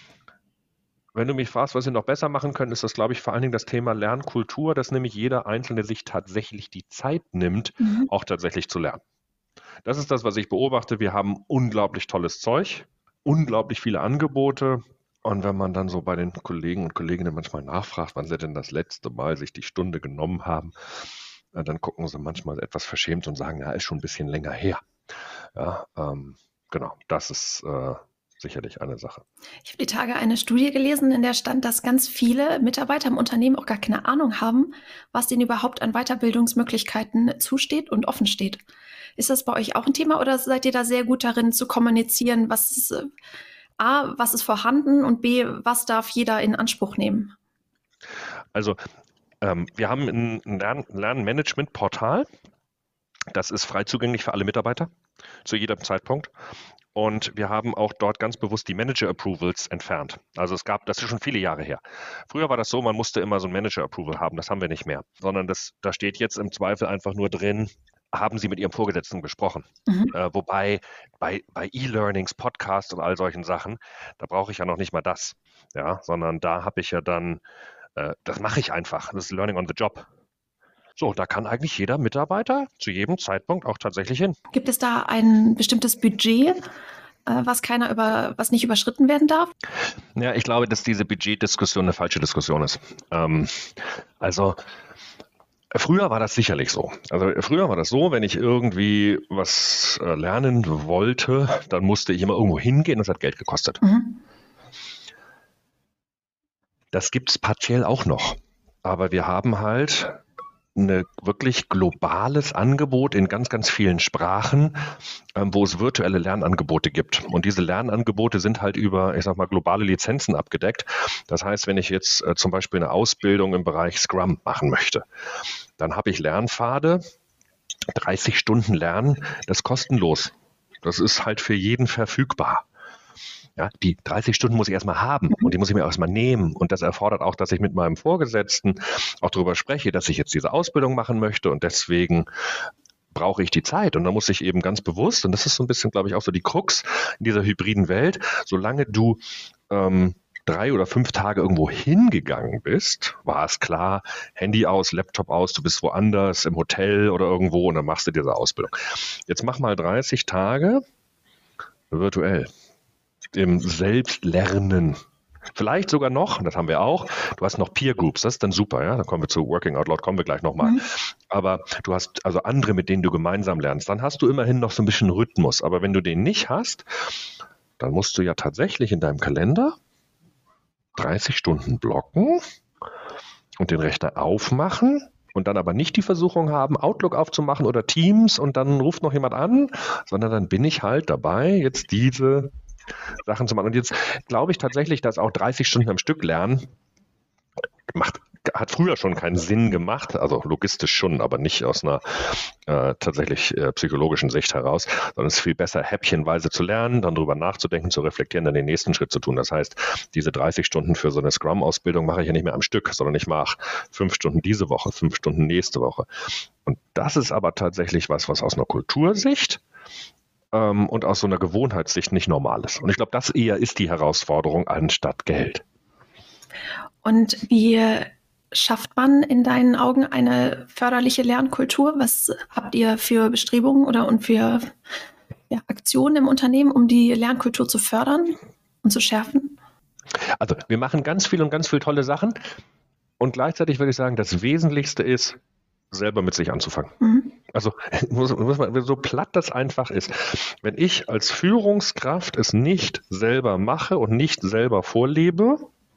Wenn du mich fragst, was wir noch besser machen können, ist das, glaube ich, vor allen Dingen das Thema Lernkultur, dass nämlich jeder Einzelne sich tatsächlich die Zeit nimmt, Mhm. auch tatsächlich zu lernen. Das ist das, was ich beobachte. Wir haben unglaublich tolles Zeug, unglaublich viele Angebote. Und wenn man dann so bei den Kollegen und Kolleginnen manchmal nachfragt, wann sie denn das letzte Mal sich die Stunde genommen haben, dann gucken sie manchmal etwas verschämt und sagen, ja, ist schon ein bisschen länger her. Ja, ähm, genau, das ist äh, sicherlich eine Sache. Ich habe die Tage eine Studie gelesen, in der stand, dass ganz viele Mitarbeiter im Unternehmen auch gar keine Ahnung haben, was denen überhaupt an Weiterbildungsmöglichkeiten zusteht und offen steht. Ist das bei euch auch ein Thema oder seid ihr da sehr gut darin zu kommunizieren, was ist, äh, A, was ist vorhanden und B, was darf jeder in Anspruch nehmen? Also ähm, wir haben ein Lern Lernmanagement-Portal. Das ist frei zugänglich für alle Mitarbeiter zu jedem Zeitpunkt. Und wir haben auch dort ganz bewusst die Manager-Approvals entfernt. Also es gab, das ist schon viele Jahre her. Früher war das so, man musste immer so ein Manager-Approval haben. Das haben wir nicht mehr. Sondern das, da steht jetzt im Zweifel einfach nur drin, haben Sie mit Ihrem Vorgesetzten gesprochen. Mhm. Äh, wobei bei, bei E-Learnings, Podcasts und all solchen Sachen, da brauche ich ja noch nicht mal das. Ja, sondern da habe ich ja dann, äh, das mache ich einfach. Das ist Learning on the Job. So, da kann eigentlich jeder Mitarbeiter zu jedem Zeitpunkt auch tatsächlich hin. Gibt es da ein bestimmtes Budget, äh, was keiner über, was nicht überschritten werden darf? Ja, ich glaube, dass diese Budgetdiskussion eine falsche Diskussion ist. Ähm, also früher war das sicherlich so. Also früher war das so, wenn ich irgendwie was äh, lernen wollte, dann musste ich immer irgendwo hingehen und das hat Geld gekostet. Mhm. Das gibt es partiell auch noch. Aber wir haben halt ein wirklich globales Angebot in ganz, ganz vielen Sprachen, ähm, wo es virtuelle Lernangebote gibt. Und diese Lernangebote sind halt über, ich sag mal, globale Lizenzen abgedeckt. Das heißt, wenn ich jetzt äh, zum Beispiel eine Ausbildung im Bereich Scrum machen möchte, dann habe ich Lernpfade, dreißig Stunden Lernen, das ist kostenlos. Das ist halt für jeden verfügbar. Ja, die dreißig Stunden muss ich erstmal haben und die muss ich mir erstmal nehmen. Und das erfordert auch, dass ich mit meinem Vorgesetzten auch darüber spreche, dass ich jetzt diese Ausbildung machen möchte und deswegen brauche ich die Zeit. Und da muss ich eben ganz bewusst, und das ist so ein bisschen, glaube ich, auch so die Krux in dieser hybriden Welt, solange du ähm, drei oder fünf Tage irgendwo hingegangen bist, war es klar, Handy aus, Laptop aus, du bist woanders, im Hotel oder irgendwo und dann machst du diese Ausbildung. Jetzt mach mal dreißig Tage virtuell im Selbstlernen. Vielleicht sogar noch, das haben wir auch, du hast noch Peer Groups, das ist dann super, ja, da kommen wir zu Working Out Loud, kommen wir gleich nochmal. Mhm. Aber du hast also andere, mit denen du gemeinsam lernst, dann hast du immerhin noch so ein bisschen Rhythmus. Aber wenn du den nicht hast, dann musst du ja tatsächlich in deinem Kalender dreißig Stunden blocken und den Rechner aufmachen und dann aber nicht die Versuchung haben, Outlook aufzumachen oder Teams und dann ruft noch jemand an, sondern dann bin ich halt dabei, jetzt diese Sachen zu machen. Und jetzt glaube ich tatsächlich, dass auch dreißig Stunden am Stück lernen macht, hat früher schon keinen Sinn gemacht, also logistisch schon, aber nicht aus einer äh, tatsächlich äh, psychologischen Sicht heraus, sondern es ist viel besser, häppchenweise zu lernen, dann drüber nachzudenken, zu reflektieren, dann den nächsten Schritt zu tun. Das heißt, diese dreißig Stunden für so eine Scrum-Ausbildung mache ich ja nicht mehr am Stück, sondern ich mache fünf Stunden diese Woche, fünf Stunden nächste Woche. Und das ist aber tatsächlich was, was aus einer Kultursicht ähm, und aus so einer Gewohnheitssicht nicht normal ist. Und ich glaube, das eher ist die Herausforderung anstatt Geld. Und wie schafft man in deinen Augen eine förderliche Lernkultur? Was habt ihr für Bestrebungen oder und für ja, Aktionen im Unternehmen, um die Lernkultur zu fördern und zu schärfen? Also wir machen ganz viel und ganz viele tolle Sachen und gleichzeitig würde ich sagen, das Wesentlichste ist, selber mit sich anzufangen. Mhm. Also muss, muss man, so platt das einfach ist. Wenn ich als Führungskraft es nicht selber mache und nicht selber vorlebe,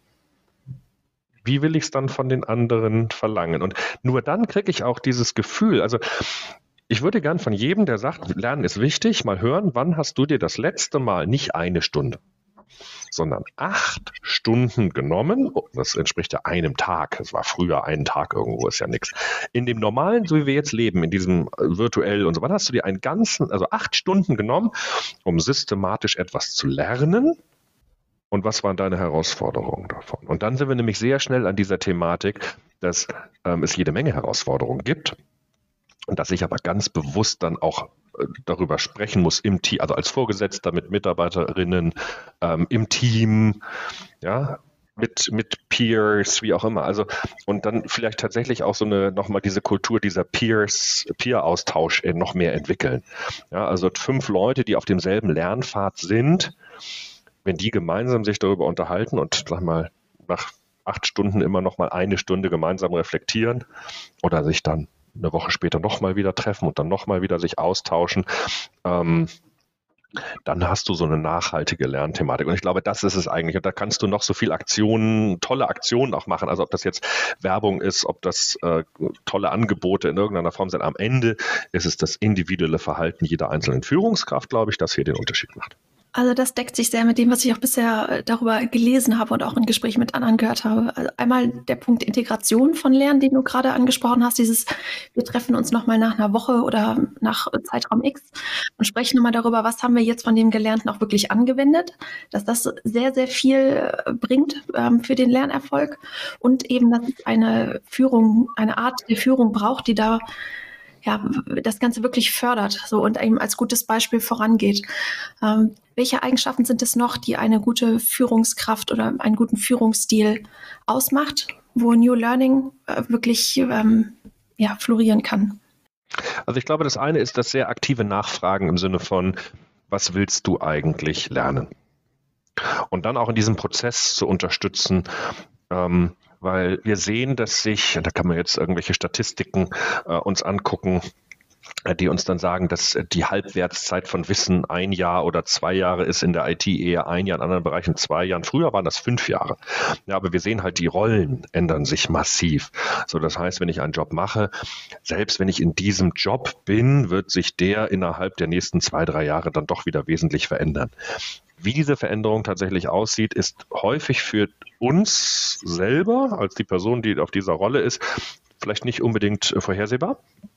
wie will ich es dann von den anderen verlangen? Und nur dann kriege ich auch dieses Gefühl, also ich würde gern von jedem, der sagt, Lernen ist wichtig, mal hören, wann hast du dir das letzte Mal nicht eine Stunde, sondern acht Stunden genommen, das entspricht ja einem Tag, es war früher ein Tag irgendwo, ist ja nichts. In dem normalen, so wie wir jetzt leben, in diesem virtuell und so, wann hast du dir einen ganzen, also acht Stunden genommen, um systematisch etwas zu lernen? Und was waren deine Herausforderungen davon? Und dann sind wir nämlich sehr schnell an dieser Thematik, dass ähm, es jede Menge Herausforderungen gibt und dass ich aber ganz bewusst dann auch äh, darüber sprechen muss im Team, also als Vorgesetzter mit Mitarbeiterinnen, ähm, im Team, ja, mit, mit Peers, wie auch immer. Also und dann vielleicht tatsächlich auch so eine nochmal diese Kultur dieser Peers, Peer-Austausch äh, noch mehr entwickeln. Ja, also fünf Leute, die auf demselben Lernpfad sind, wenn die gemeinsam sich darüber unterhalten und sag mal, nach acht Stunden immer noch mal eine Stunde gemeinsam reflektieren oder sich dann eine Woche später noch mal wieder treffen und dann noch mal wieder sich austauschen, ähm, dann hast du so eine nachhaltige Lernthematik. Und ich glaube, das ist es eigentlich. Und da kannst du noch so viel Aktionen, tolle Aktionen auch machen. Also ob das jetzt Werbung ist, ob das äh, tolle Angebote in irgendeiner Form sind. Am Ende ist es das individuelle Verhalten jeder einzelnen Führungskraft, glaube ich, das hier den Unterschied macht. Also das deckt sich sehr mit dem, was ich auch bisher darüber gelesen habe und auch in Gesprächen mit anderen gehört habe. Also einmal der Punkt Integration von Lernen, den du gerade angesprochen hast, dieses, wir treffen uns nochmal nach einer Woche oder nach Zeitraum X und sprechen nochmal darüber, was haben wir jetzt von dem Gelernten auch wirklich angewendet, dass das sehr, sehr viel bringt ähm, für den Lernerfolg und eben, dass es eine Führung, eine Art der Führung braucht, die da ja, das Ganze wirklich fördert so und eben als gutes Beispiel vorangeht. Ähm, welche Eigenschaften sind es noch, die eine gute Führungskraft oder einen guten Führungsstil ausmacht, wo New Learning äh, wirklich ähm, ja, florieren kann? Also ich glaube, das eine ist das sehr aktive Nachfragen im Sinne von, was willst du eigentlich lernen? Und dann auch in diesem Prozess zu unterstützen, ähm, weil wir sehen, dass sich, da kann man jetzt irgendwelche Statistiken äh, uns angucken, äh, die uns dann sagen, dass die Halbwertszeit von Wissen ein Jahr oder zwei Jahre ist, in der I T eher ein Jahr, in anderen Bereichen zwei Jahren. Früher waren das fünf Jahre. Ja, aber wir sehen halt, die Rollen ändern sich massiv. So, das heißt, wenn ich einen Job mache, selbst wenn ich in diesem Job bin, wird sich der innerhalb der nächsten zwei, drei Jahre dann doch wieder wesentlich verändern. Wie diese Veränderung tatsächlich aussieht, ist häufig für uns selber, als die Person, die auf dieser Rolle ist, vielleicht nicht unbedingt vorhersehbar.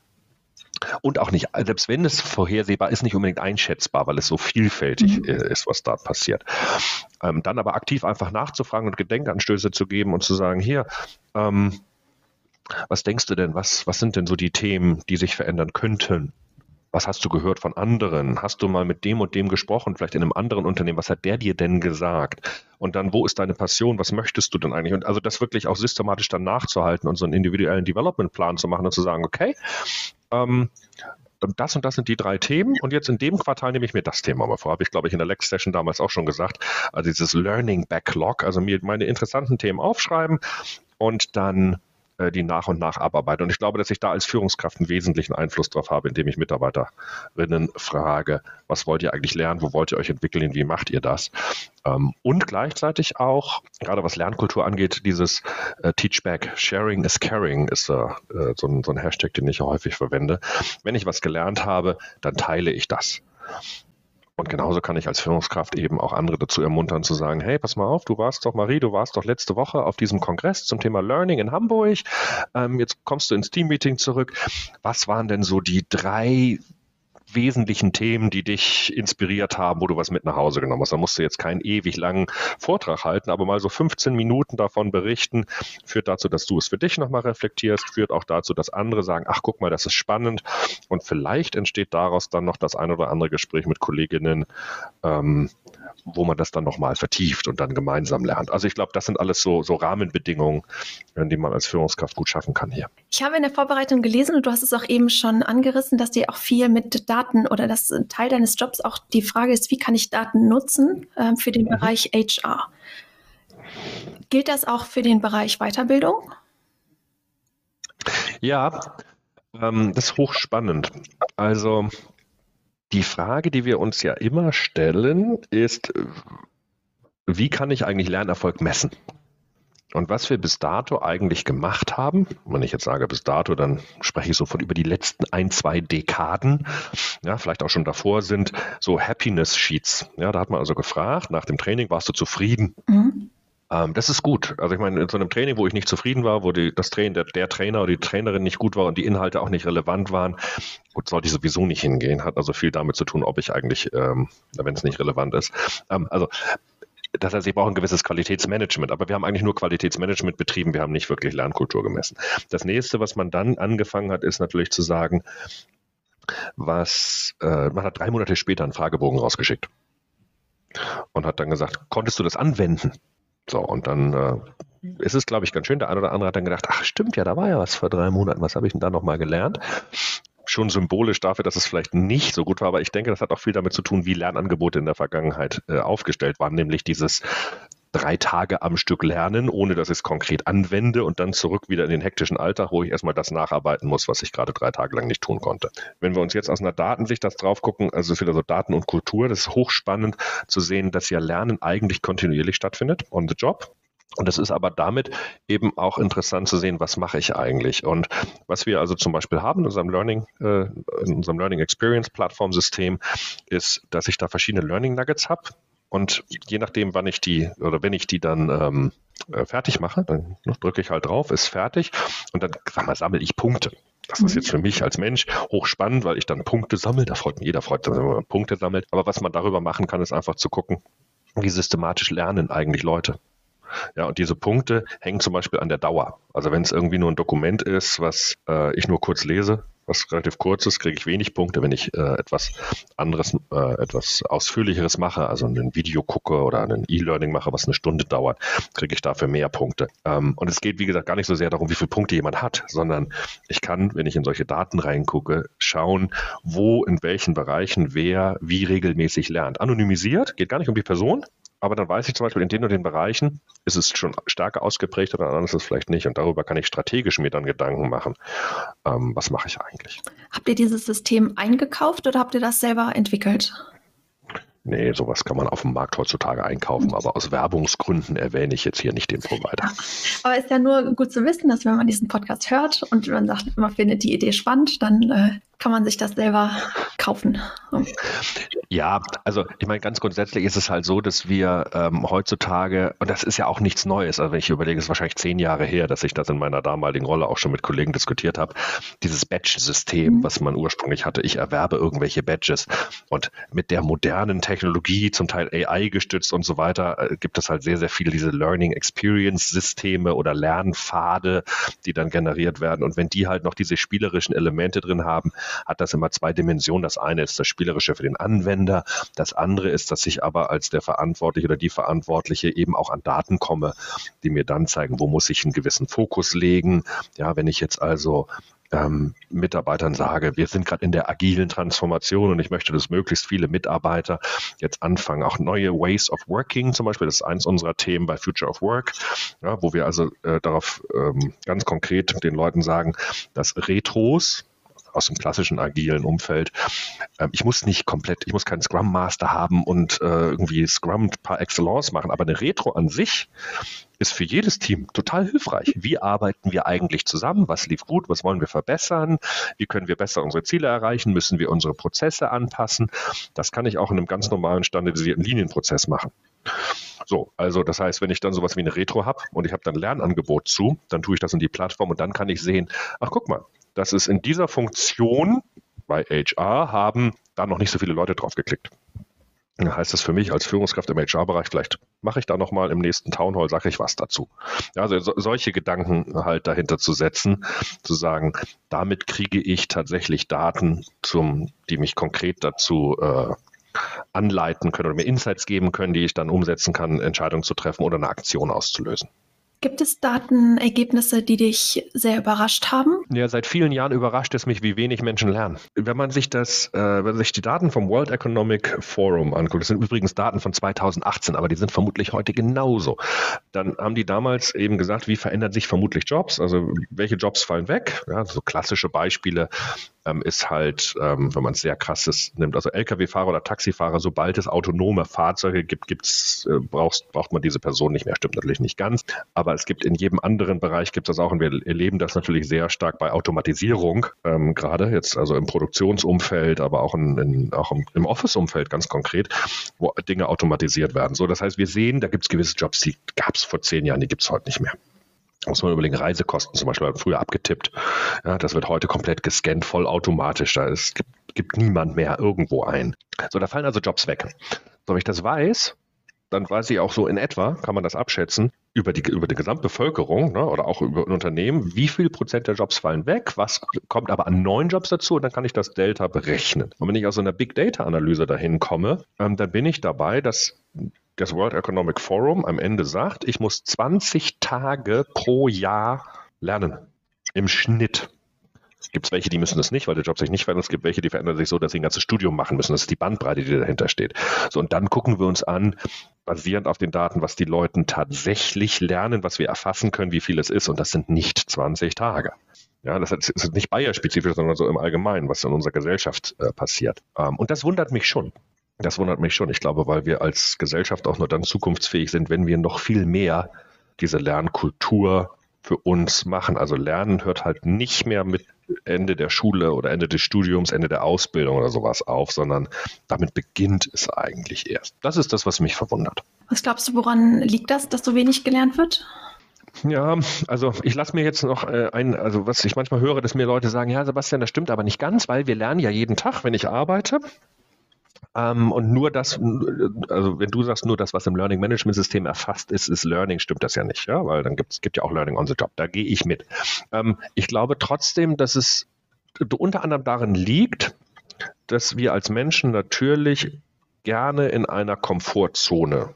Und auch nicht, selbst wenn es vorhersehbar ist, nicht unbedingt einschätzbar, weil es so vielfältig mhm. ist, was da passiert. Ähm, dann aber aktiv einfach nachzufragen und Gedenkanstöße zu geben und zu sagen, hier, ähm, was denkst du denn, was, was sind denn so die Themen, die sich verändern könnten? Was hast du gehört von anderen? Hast du mal mit dem und dem gesprochen, vielleicht in einem anderen Unternehmen? Was hat der dir denn gesagt? Und dann, wo ist deine Passion? Was möchtest du denn eigentlich? Und also das wirklich auch systematisch dann nachzuhalten und so einen individuellen Development-Plan zu machen und zu sagen, okay, ähm, das und das sind die drei Themen und jetzt in dem Quartal nehme ich mir das Thema mal vor. Habe ich, glaube ich, in der Lex-Session damals auch schon gesagt. Also dieses Learning Backlog, also mir meine interessanten Themen aufschreiben und dann äh, die nach und nach abarbeiten. Und ich glaube, dass ich da als Führungskraft einen wesentlichen Einfluss drauf habe, indem ich Mitarbeiterinnen frage, was wollt ihr eigentlich lernen, wo wollt ihr euch entwickeln, wie macht ihr das? Ähm, und gleichzeitig auch, gerade was Lernkultur angeht, dieses äh, Teachback, Sharing is Caring ist äh, so, ein, so ein Hashtag, den ich häufig verwende. Wenn ich was gelernt habe, dann teile ich das. Und genauso kann ich als Führungskraft eben auch andere dazu ermuntern zu sagen, hey, pass mal auf, du warst doch, Marie, du warst doch letzte Woche auf diesem Kongress zum Thema Learning in Hamburg. Ähm, jetzt kommst du ins Teammeeting zurück. Was waren denn so die drei wesentlichen Themen, die dich inspiriert haben, wo du was mit nach Hause genommen hast? Da musst du jetzt keinen ewig langen Vortrag halten, aber mal so fünfzehn Minuten davon berichten, führt dazu, dass du es für dich nochmal reflektierst, führt auch dazu, dass andere sagen, ach, guck mal, das ist spannend und vielleicht entsteht daraus dann noch das ein oder andere Gespräch mit Kolleginnen, ähm, wo man das dann nochmal vertieft und dann gemeinsam lernt. Also ich glaube, das sind alles so, so Rahmenbedingungen, die man als Führungskraft gut schaffen kann hier. Ich habe in der Vorbereitung gelesen und du hast es auch eben schon angerissen, dass dir auch viel mit Daten oder dass Teil deines Jobs auch die Frage ist, wie kann ich Daten nutzen äh, für den mhm. Bereich H R? Gilt das auch für den Bereich Weiterbildung? Ja, ähm, das ist hochspannend. Also die Frage, die wir uns ja immer stellen, ist, wie kann ich eigentlich Lernerfolg messen? Und was wir bis dato eigentlich gemacht haben, wenn ich jetzt sage bis dato, dann spreche ich so von über die letzten ein, zwei Dekaden, ja, vielleicht auch schon davor, sind so Happiness Sheets. Ja, da hat man also gefragt, nach dem Training, warst du zufrieden? Mhm. Ähm, das ist gut. Also ich meine, in so einem Training, wo ich nicht zufrieden war, wo die, das Training, der, der Trainer oder die Trainerin nicht gut war und die Inhalte auch nicht relevant waren, gut, sollte ich sowieso nicht hingehen. Hat also viel damit zu tun, ob ich eigentlich, ähm, wenn es nicht relevant ist. Ähm, also das heißt, ich brauche ein gewisses Qualitätsmanagement, aber wir haben eigentlich nur Qualitätsmanagement betrieben, wir haben nicht wirklich Lernkultur gemessen. Das nächste, was man dann angefangen hat, ist natürlich zu sagen, was, äh, man hat drei Monate später einen Fragebogen rausgeschickt und hat dann gesagt, konntest du das anwenden? So, und dann äh, ist es, glaube ich, ganz schön. Der eine oder andere hat dann gedacht, ach stimmt ja, da war ja was vor drei Monaten, was habe ich denn da nochmal gelernt? Schon symbolisch dafür, dass es vielleicht nicht so gut war, aber ich denke, das hat auch viel damit zu tun, wie Lernangebote in der Vergangenheit äh, aufgestellt waren, nämlich dieses drei Tage am Stück lernen, ohne dass ich es konkret anwende und dann zurück wieder in den hektischen Alltag, wo ich erstmal das nacharbeiten muss, was ich gerade drei Tage lang nicht tun konnte. Wenn wir uns jetzt aus einer Datensicht das drauf gucken, also wieder so Daten und Kultur, das ist hochspannend zu sehen, dass ja Lernen eigentlich kontinuierlich stattfindet, on the job. Und es ist aber damit eben auch interessant zu sehen, was mache ich eigentlich? Und was wir also zum Beispiel haben in unserem Learning, äh, in unserem Learning Experience Plattformsystem, ist, dass ich da verschiedene Learning Nuggets habe. Und je nachdem, wann ich die oder wenn ich die dann ähm, äh, fertig mache, dann ne, drücke ich halt drauf, ist fertig und dann sag mal, sammle ich Punkte. Das ist jetzt für mich als Mensch hochspannend, weil ich dann Punkte sammle. Da freut mich jeder, freut sich, wenn man Punkte sammelt. Aber was man darüber machen kann, ist einfach zu gucken, wie systematisch lernen eigentlich Leute. Ja, und diese Punkte hängen zum Beispiel an der Dauer. Also wenn es irgendwie nur ein Dokument ist, was äh, ich nur kurz lese, was relativ kurz ist, kriege ich wenig Punkte. Wenn ich äh, etwas anderes, äh, etwas Ausführlicheres mache, also ein Video gucke oder ein E-Learning mache, was eine Stunde dauert, kriege ich dafür mehr Punkte. Ähm, und es geht, wie gesagt, gar nicht so sehr darum, wie viele Punkte jemand hat, sondern ich kann, wenn ich in solche Daten reingucke, schauen, wo, in welchen Bereichen wer wie regelmäßig lernt. Anonymisiert, geht gar nicht um die Person, aber dann weiß ich zum Beispiel, in den und den Bereichen ist es schon stärker ausgeprägt oder anders ist es vielleicht nicht. Und darüber kann ich strategisch mir dann Gedanken machen. Ähm, was mache ich eigentlich? Habt ihr dieses System eingekauft oder habt ihr das selber entwickelt? Nee, sowas kann man auf dem Markt heutzutage einkaufen, aber aus Werbungsgründen erwähne ich jetzt hier nicht den Provider. Aber es ist ja nur gut zu wissen, dass wenn man diesen Podcast hört und man sagt, man findet die Idee spannend, dann äh, kann man sich das selber kaufen. Ja, also ich meine, ganz grundsätzlich ist es halt so, dass wir ähm, heutzutage, und das ist ja auch nichts Neues, also wenn ich überlege, es ist wahrscheinlich zehn Jahre her, dass ich das in meiner damaligen Rolle auch schon mit Kollegen diskutiert habe, dieses Badge-System, Mhm. was man ursprünglich hatte, ich erwerbe irgendwelche Badges und mit der modernen Technologie, zum Teil A I gestützt und so weiter, äh, gibt es halt sehr, sehr viele diese Learning Experience Systeme oder Lernpfade, die dann generiert werden, und wenn die halt noch diese spielerischen Elemente drin haben, hat das immer zwei Dimensionen. Das eine ist das Spielerische für den Anwender. Das andere ist, dass ich aber als der Verantwortliche oder die Verantwortliche eben auch an Daten komme, die mir dann zeigen, wo muss ich einen gewissen Fokus legen. Ja, wenn ich jetzt also ähm, Mitarbeitern sage, wir sind gerade in der agilen Transformation und ich möchte, dass möglichst viele Mitarbeiter jetzt anfangen, auch neue Ways of Working zum Beispiel, das ist eins unserer Themen bei Future of Work, ja, wo wir also äh, darauf ähm, ganz konkret den Leuten sagen, dass Retros aus dem klassischen agilen Umfeld. Ähm, ich muss nicht komplett, ich muss keinen Scrum Master haben und äh, irgendwie Scrum par excellence machen, aber eine Retro an sich ist für jedes Team total hilfreich. Wie arbeiten wir eigentlich zusammen? Was lief gut? Was wollen wir verbessern? Wie können wir besser unsere Ziele erreichen? Müssen wir unsere Prozesse anpassen? Das kann ich auch in einem ganz normalen standardisierten Linienprozess machen. So, also das heißt, wenn ich dann sowas wie eine Retro habe und ich habe dann ein Lernangebot zu, dann tue ich das in die Plattform und dann kann ich sehen, ach guck mal, das ist in dieser Funktion bei H R haben da noch nicht so viele Leute drauf geklickt. Dann heißt das für mich als Führungskraft im H R-Bereich, vielleicht mache ich da nochmal im nächsten Townhall, sage ich was dazu. Ja, also so, solche Gedanken halt dahinter zu setzen, zu sagen, damit kriege ich tatsächlich Daten, zum, die mich konkret dazu äh, anleiten können oder mir Insights geben können, die ich dann umsetzen kann, Entscheidungen zu treffen oder eine Aktion auszulösen. Gibt es Datenergebnisse, die dich sehr überrascht haben? Ja, seit vielen Jahren überrascht es mich, wie wenig Menschen lernen. Wenn man sich das, äh, wenn man sich die Daten vom World Economic Forum anguckt, das sind übrigens Daten von zweitausendachtzehn, aber die sind vermutlich heute genauso. Dann haben die damals eben gesagt, wie verändern sich vermutlich Jobs, also welche Jobs fallen weg. Ja, so klassische Beispiele ähm, ist halt, ähm, wenn man es sehr krasses nimmt, also L K W-Fahrer oder Taxifahrer, sobald es autonome Fahrzeuge gibt, gibt's, äh, brauchst, braucht man diese Person nicht mehr. Stimmt natürlich nicht ganz, aber es gibt in jedem anderen Bereich gibt es das auch, und wir erleben das natürlich sehr stark bei Automatisierung, ähm, gerade jetzt also im Produktionsumfeld, aber auch, in, in, auch im, im Office-Umfeld ganz konkret, wo Dinge automatisiert werden. So, das heißt, wir sehen, da gibt es gewisse Jobs, die gab es vor zehn Jahren, die gibt es heute nicht mehr. Muss man überlegen, Reisekosten zum Beispiel, früher abgetippt. Ja, das wird heute komplett gescannt, vollautomatisch. Da ist, gibt, gibt niemand mehr irgendwo ein. So, da fallen also Jobs weg. So, wenn ich das weiß, dann weiß ich auch so in etwa, kann man das abschätzen, über die, über die Gesamtbevölkerung, ne, oder auch über ein Unternehmen, wie viel Prozent der Jobs fallen weg, was kommt aber an neuen Jobs dazu, und dann kann ich das Delta berechnen. Und wenn ich aus so einer Big Data Analyse dahin komme, ähm, dann bin ich dabei, dass das World Economic Forum am Ende sagt, ich muss zwanzig Tage pro Jahr lernen. Im Schnitt. Es gibt welche, die müssen das nicht, weil der Job sich nicht verändert. Es gibt welche, die verändern sich so, dass sie ein ganzes Studium machen müssen. Das ist die Bandbreite, die dahinter steht. So, und dann gucken wir uns an, basierend auf den Daten, was die Leute tatsächlich lernen, was wir erfassen können, wie viel es ist. Und das sind nicht zwanzig Tage. Ja, das ist nicht Bayer-spezifisch, sondern so im Allgemeinen, was in unserer Gesellschaft äh, passiert. Ähm, und das wundert mich schon. Das wundert mich schon. Ich glaube, weil wir als Gesellschaft auch nur dann zukunftsfähig sind, wenn wir noch viel mehr diese Lernkultur für uns machen. Also Lernen hört halt nicht mehr mit Ende der Schule oder Ende des Studiums, Ende der Ausbildung oder sowas auf, sondern damit beginnt es eigentlich erst. Das ist das, was mich verwundert. Was glaubst du, woran liegt das, dass so wenig gelernt wird? Ja, also ich lasse mir jetzt noch äh, ein, also was ich manchmal höre, dass mir Leute sagen, ja Sebastian, das stimmt aber nicht ganz, weil wir lernen ja jeden Tag, wenn ich arbeite. Ähm, und nur das, also wenn du sagst, nur das, was im Learning Management System erfasst ist, ist Learning, stimmt das ja nicht, ja, weil dann gibt es gibt ja auch Learning on the Job, da gehe ich mit. Ähm, ich glaube trotzdem, dass es unter anderem darin liegt, dass wir als Menschen natürlich gerne in einer Komfortzone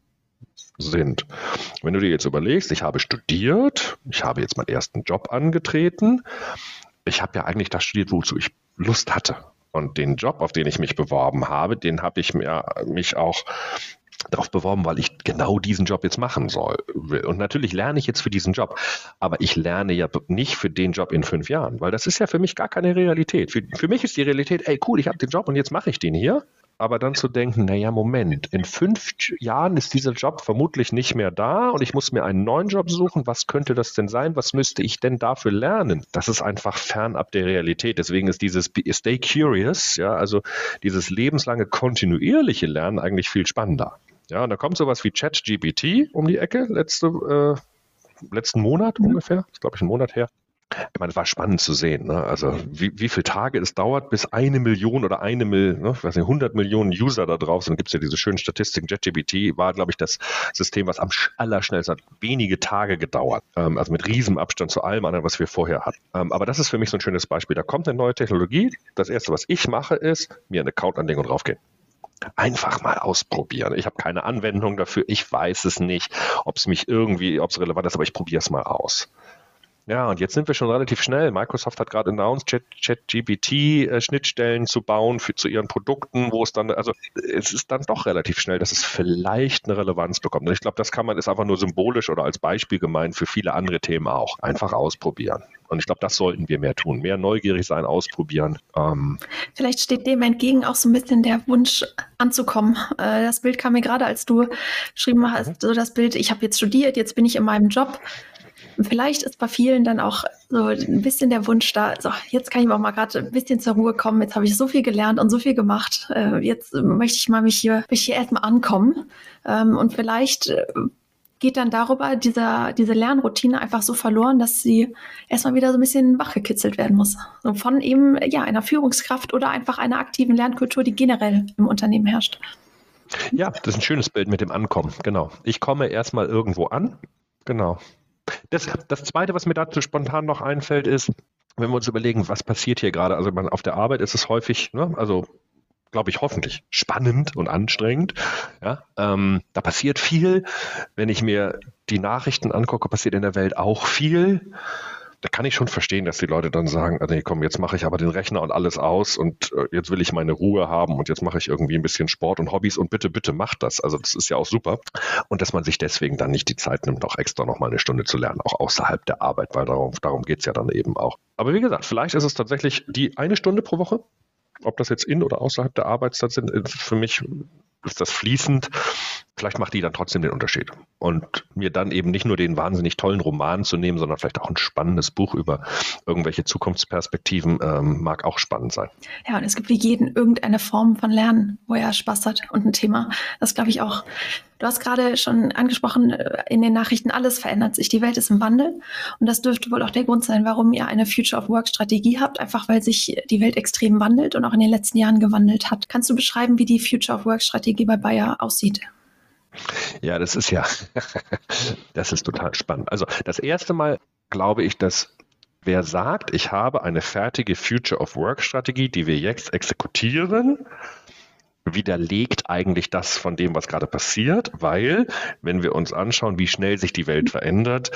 sind. Wenn du dir jetzt überlegst, ich habe studiert, ich habe jetzt meinen ersten Job angetreten, ich habe ja eigentlich das studiert, wozu ich Lust hatte. Und den Job, auf den ich mich beworben habe, den habe ich mir, mich auch darauf beworben, weil ich genau diesen Job jetzt machen soll. Und natürlich lerne ich jetzt für diesen Job, aber ich lerne ja nicht für den Job in fünf Jahren, weil das ist ja für mich gar keine Realität. Für, für mich ist die Realität, ey cool, ich habe den Job und jetzt mache ich den hier. aber dann zu denken, naja, Moment, in fünf Jahren ist dieser Job vermutlich nicht mehr da und ich muss mir einen neuen Job suchen. Was könnte das denn sein? Was müsste ich denn dafür lernen? Das ist einfach fernab der Realität. Deswegen ist dieses Stay Curious, ja, also dieses lebenslange kontinuierliche Lernen eigentlich viel spannender. Ja, und da kommt sowas wie ChatGPT um die Ecke, letzte, äh, letzten Monat mhm. ungefähr, das ist glaube ich ein Monat her. Ich meine, es war spannend zu sehen, ne? Also wie, wie viele Tage es dauert, bis eine Million oder eine Million, ne, ich weiß nicht, hundert Millionen User da drauf sind. Dann gibt es ja diese schönen Statistiken. ChatGPT war, glaube ich, das System, was am allerschnellsten hat. Wenige Tage gedauert. Ähm, also mit riesem Abstand zu allem anderen, was wir vorher hatten. Ähm, aber das ist für mich so ein schönes Beispiel. Da kommt eine neue Technologie. Das Erste, was ich mache, ist, mir einen Account anlegen und draufgehen. Einfach mal ausprobieren. Ich habe keine Anwendung dafür. Ich weiß es nicht, ob es mich irgendwie, ob es relevant ist, aber ich probiere es mal aus. Ja, und jetzt sind wir schon relativ schnell. Microsoft hat gerade announced, ChatGPT-Schnittstellen zu bauen für, zu ihren Produkten, wo es dann, also es ist dann doch relativ schnell, dass es vielleicht eine Relevanz bekommt. Und ich glaube, das kann man, ist einfach nur symbolisch oder als Beispiel gemeint für viele andere Themen auch. Einfach ausprobieren. Und ich glaube, das sollten wir mehr tun. Mehr neugierig sein, ausprobieren. Ähm Vielleicht steht dem entgegen auch so ein bisschen der Wunsch anzukommen. Äh, das Bild kam mir gerade, als du geschrieben hast, mhm. so das Bild, ich habe jetzt studiert, jetzt bin ich in meinem Job. Vielleicht ist bei vielen dann auch so ein bisschen der Wunsch da, so jetzt kann ich auch mal gerade ein bisschen zur Ruhe kommen, jetzt habe ich so viel gelernt und so viel gemacht, äh, jetzt möchte ich mal mich hier, mich hier erstmal ankommen ähm, und vielleicht äh, geht dann darüber dieser, diese Lernroutine einfach so verloren, dass sie erstmal wieder so ein bisschen wachgekitzelt werden muss. So von eben ja einer Führungskraft oder einfach einer aktiven Lernkultur, die generell im Unternehmen herrscht. Ja, das ist ein schönes Bild mit dem Ankommen, genau. Ich komme erstmal irgendwo an, genau. Das, das Zweite, was mir dazu spontan noch einfällt, ist, wenn wir uns überlegen, was passiert hier gerade. Also man, auf der Arbeit ist es häufig, ne, also glaube ich, hoffentlich spannend und anstrengend. Ja, ähm, da passiert viel. Wenn ich mir die Nachrichten angucke, passiert in der Welt auch viel. Da kann ich schon verstehen, dass die Leute dann sagen, nee, komm, jetzt mache ich aber den Rechner und alles aus und äh, jetzt will ich meine Ruhe haben und jetzt mache ich irgendwie ein bisschen Sport und Hobbys und bitte, bitte macht das. Also das ist ja auch super. Und dass man sich deswegen dann nicht die Zeit nimmt, auch extra noch mal eine Stunde zu lernen, auch außerhalb der Arbeit, weil darum, darum geht es ja dann eben auch. Aber wie gesagt, vielleicht ist es tatsächlich die eine Stunde pro Woche. Ob das jetzt in oder außerhalb der Arbeitszeit sind, für mich ist das fließend. Vielleicht macht die dann trotzdem den Unterschied. Und mir dann eben nicht nur den wahnsinnig tollen Roman zu nehmen, sondern vielleicht auch ein spannendes Buch über irgendwelche Zukunftsperspektiven ähm, mag auch spannend sein. Ja, und es gibt wie jeden irgendeine Form von Lernen, wo er Spaß hat und ein Thema. Das glaube ich auch. Du hast gerade schon angesprochen, in den Nachrichten, alles verändert sich. Die Welt ist im Wandel. Und das dürfte wohl auch der Grund sein, warum ihr eine Future of Work Strategie habt, einfach weil sich die Welt extrem wandelt und auch in den letzten Jahren gewandelt hat. Kannst du beschreiben, wie die Future of Work Strategie bei Bayer aussieht? Ja, das ist ja, das ist total spannend. Also das erste Mal glaube ich, dass wer sagt, ich habe eine fertige Future of Work Strategie, die wir jetzt exekutieren, widerlegt eigentlich das von dem, was gerade passiert, weil, wenn wir uns anschauen, wie schnell sich die Welt verändert,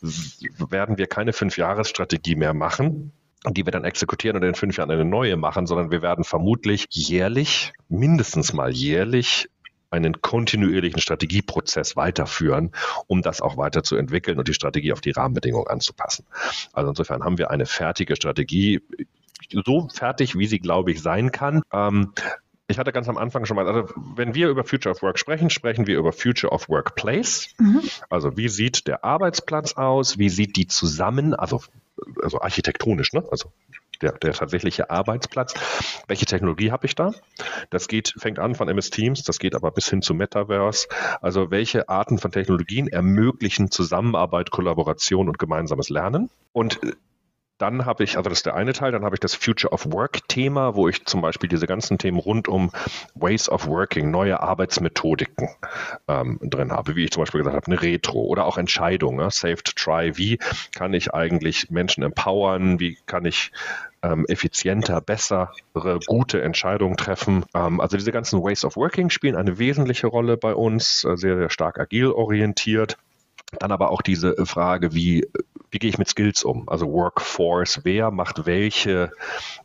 werden wir keine Fünf-Jahres-Strategie mehr machen, die wir dann exekutieren und in fünf Jahren eine neue machen, sondern wir werden vermutlich jährlich, mindestens mal jährlich, einen kontinuierlichen Strategieprozess weiterführen, um das auch weiterzuentwickeln und die Strategie auf die Rahmenbedingungen anzupassen. Also insofern haben wir eine fertige Strategie, so fertig, wie sie, glaube ich, sein kann. Ähm, Ich hatte ganz am Anfang schon mal, also wenn wir über Future of Work sprechen, sprechen wir über Future of Workplace. Mhm. Also wie sieht der Arbeitsplatz aus? Wie sieht die zusammen, also, also architektonisch, ne? Also der, der tatsächliche Arbeitsplatz. Welche Technologie habe ich da? Das geht, fängt an von M S Teams, das geht aber bis hin zu Metaverse. Also welche Arten von Technologien ermöglichen Zusammenarbeit, Kollaboration und gemeinsames Lernen? Und dann habe ich, also das ist der eine Teil, dann habe ich das Future of Work-Thema, wo ich zum Beispiel diese ganzen Themen rund um Ways of Working, neue Arbeitsmethodiken ähm, drin habe, wie ich zum Beispiel gesagt habe, eine Retro oder auch Entscheidungen, ne? Safe to Try, wie kann ich eigentlich Menschen empowern, wie kann ich ähm, effizienter, bessere, gute Entscheidungen treffen. Ähm, also diese ganzen Ways of Working spielen eine wesentliche Rolle bei uns, äh, sehr, sehr stark agil orientiert. Dann aber auch diese Frage, wie, wie gehe ich mit Skills um? Also Workforce, wer macht welche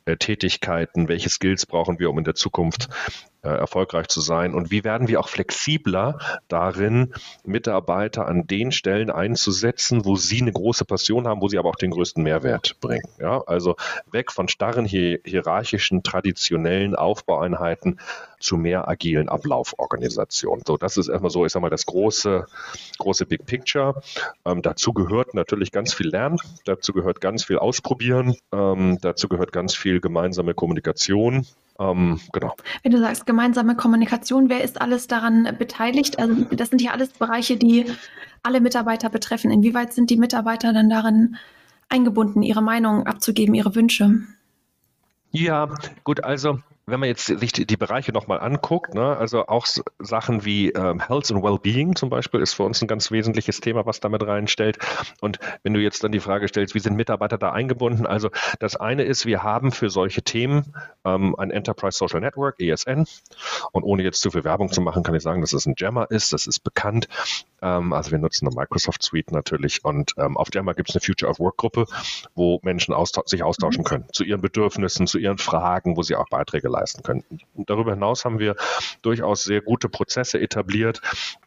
äh, Tätigkeiten, welche Skills brauchen wir, um in der Zukunft äh, erfolgreich zu sein und wie werden wir auch flexibler darin, Mitarbeiter an den Stellen einzusetzen, wo sie eine große Passion haben, wo sie aber auch den größten Mehrwert bringen. Ja, also weg von starren, hier, hierarchischen, traditionellen Aufbaueinheiten zu mehr agilen Ablauforganisationen. So, das ist erstmal so, ich sag mal, das große, große Big Picture. Ähm, dazu gehört natürlich ganz viel Lernen, dazu gehört ganz viel Ausprobieren, ähm, dazu gehört ganz viel gemeinsame Kommunikation. Ähm, genau. Wenn du sagst gemeinsame Kommunikation, wer ist alles daran beteiligt? Also das sind ja alles Bereiche, die alle Mitarbeiter betreffen. Inwieweit sind die Mitarbeiter dann darin eingebunden, ihre Meinung abzugeben, ihre Wünsche? Ja, gut, also wenn man jetzt sich die, die Bereiche nochmal anguckt, ne, also auch s- Sachen wie ähm, Health and Wellbeing zum Beispiel ist für uns ein ganz wesentliches Thema, was damit reinstellt. Und wenn du jetzt dann die Frage stellst, wie sind Mitarbeiter da eingebunden? Also das eine ist, wir haben für solche Themen ähm, ein Enterprise Social Network, E S N. Und ohne jetzt zu viel Werbung zu machen, kann ich sagen, dass es ein Jammer ist, das ist bekannt. Ähm, also wir nutzen eine Microsoft Suite natürlich und ähm, auf Jammer gibt es eine Future of Work Gruppe, wo Menschen austau- sich austauschen können zu ihren Bedürfnissen, zu ihren Fragen, wo sie auch Beiträge leisten können. Und darüber hinaus haben wir durchaus sehr gute Prozesse etabliert,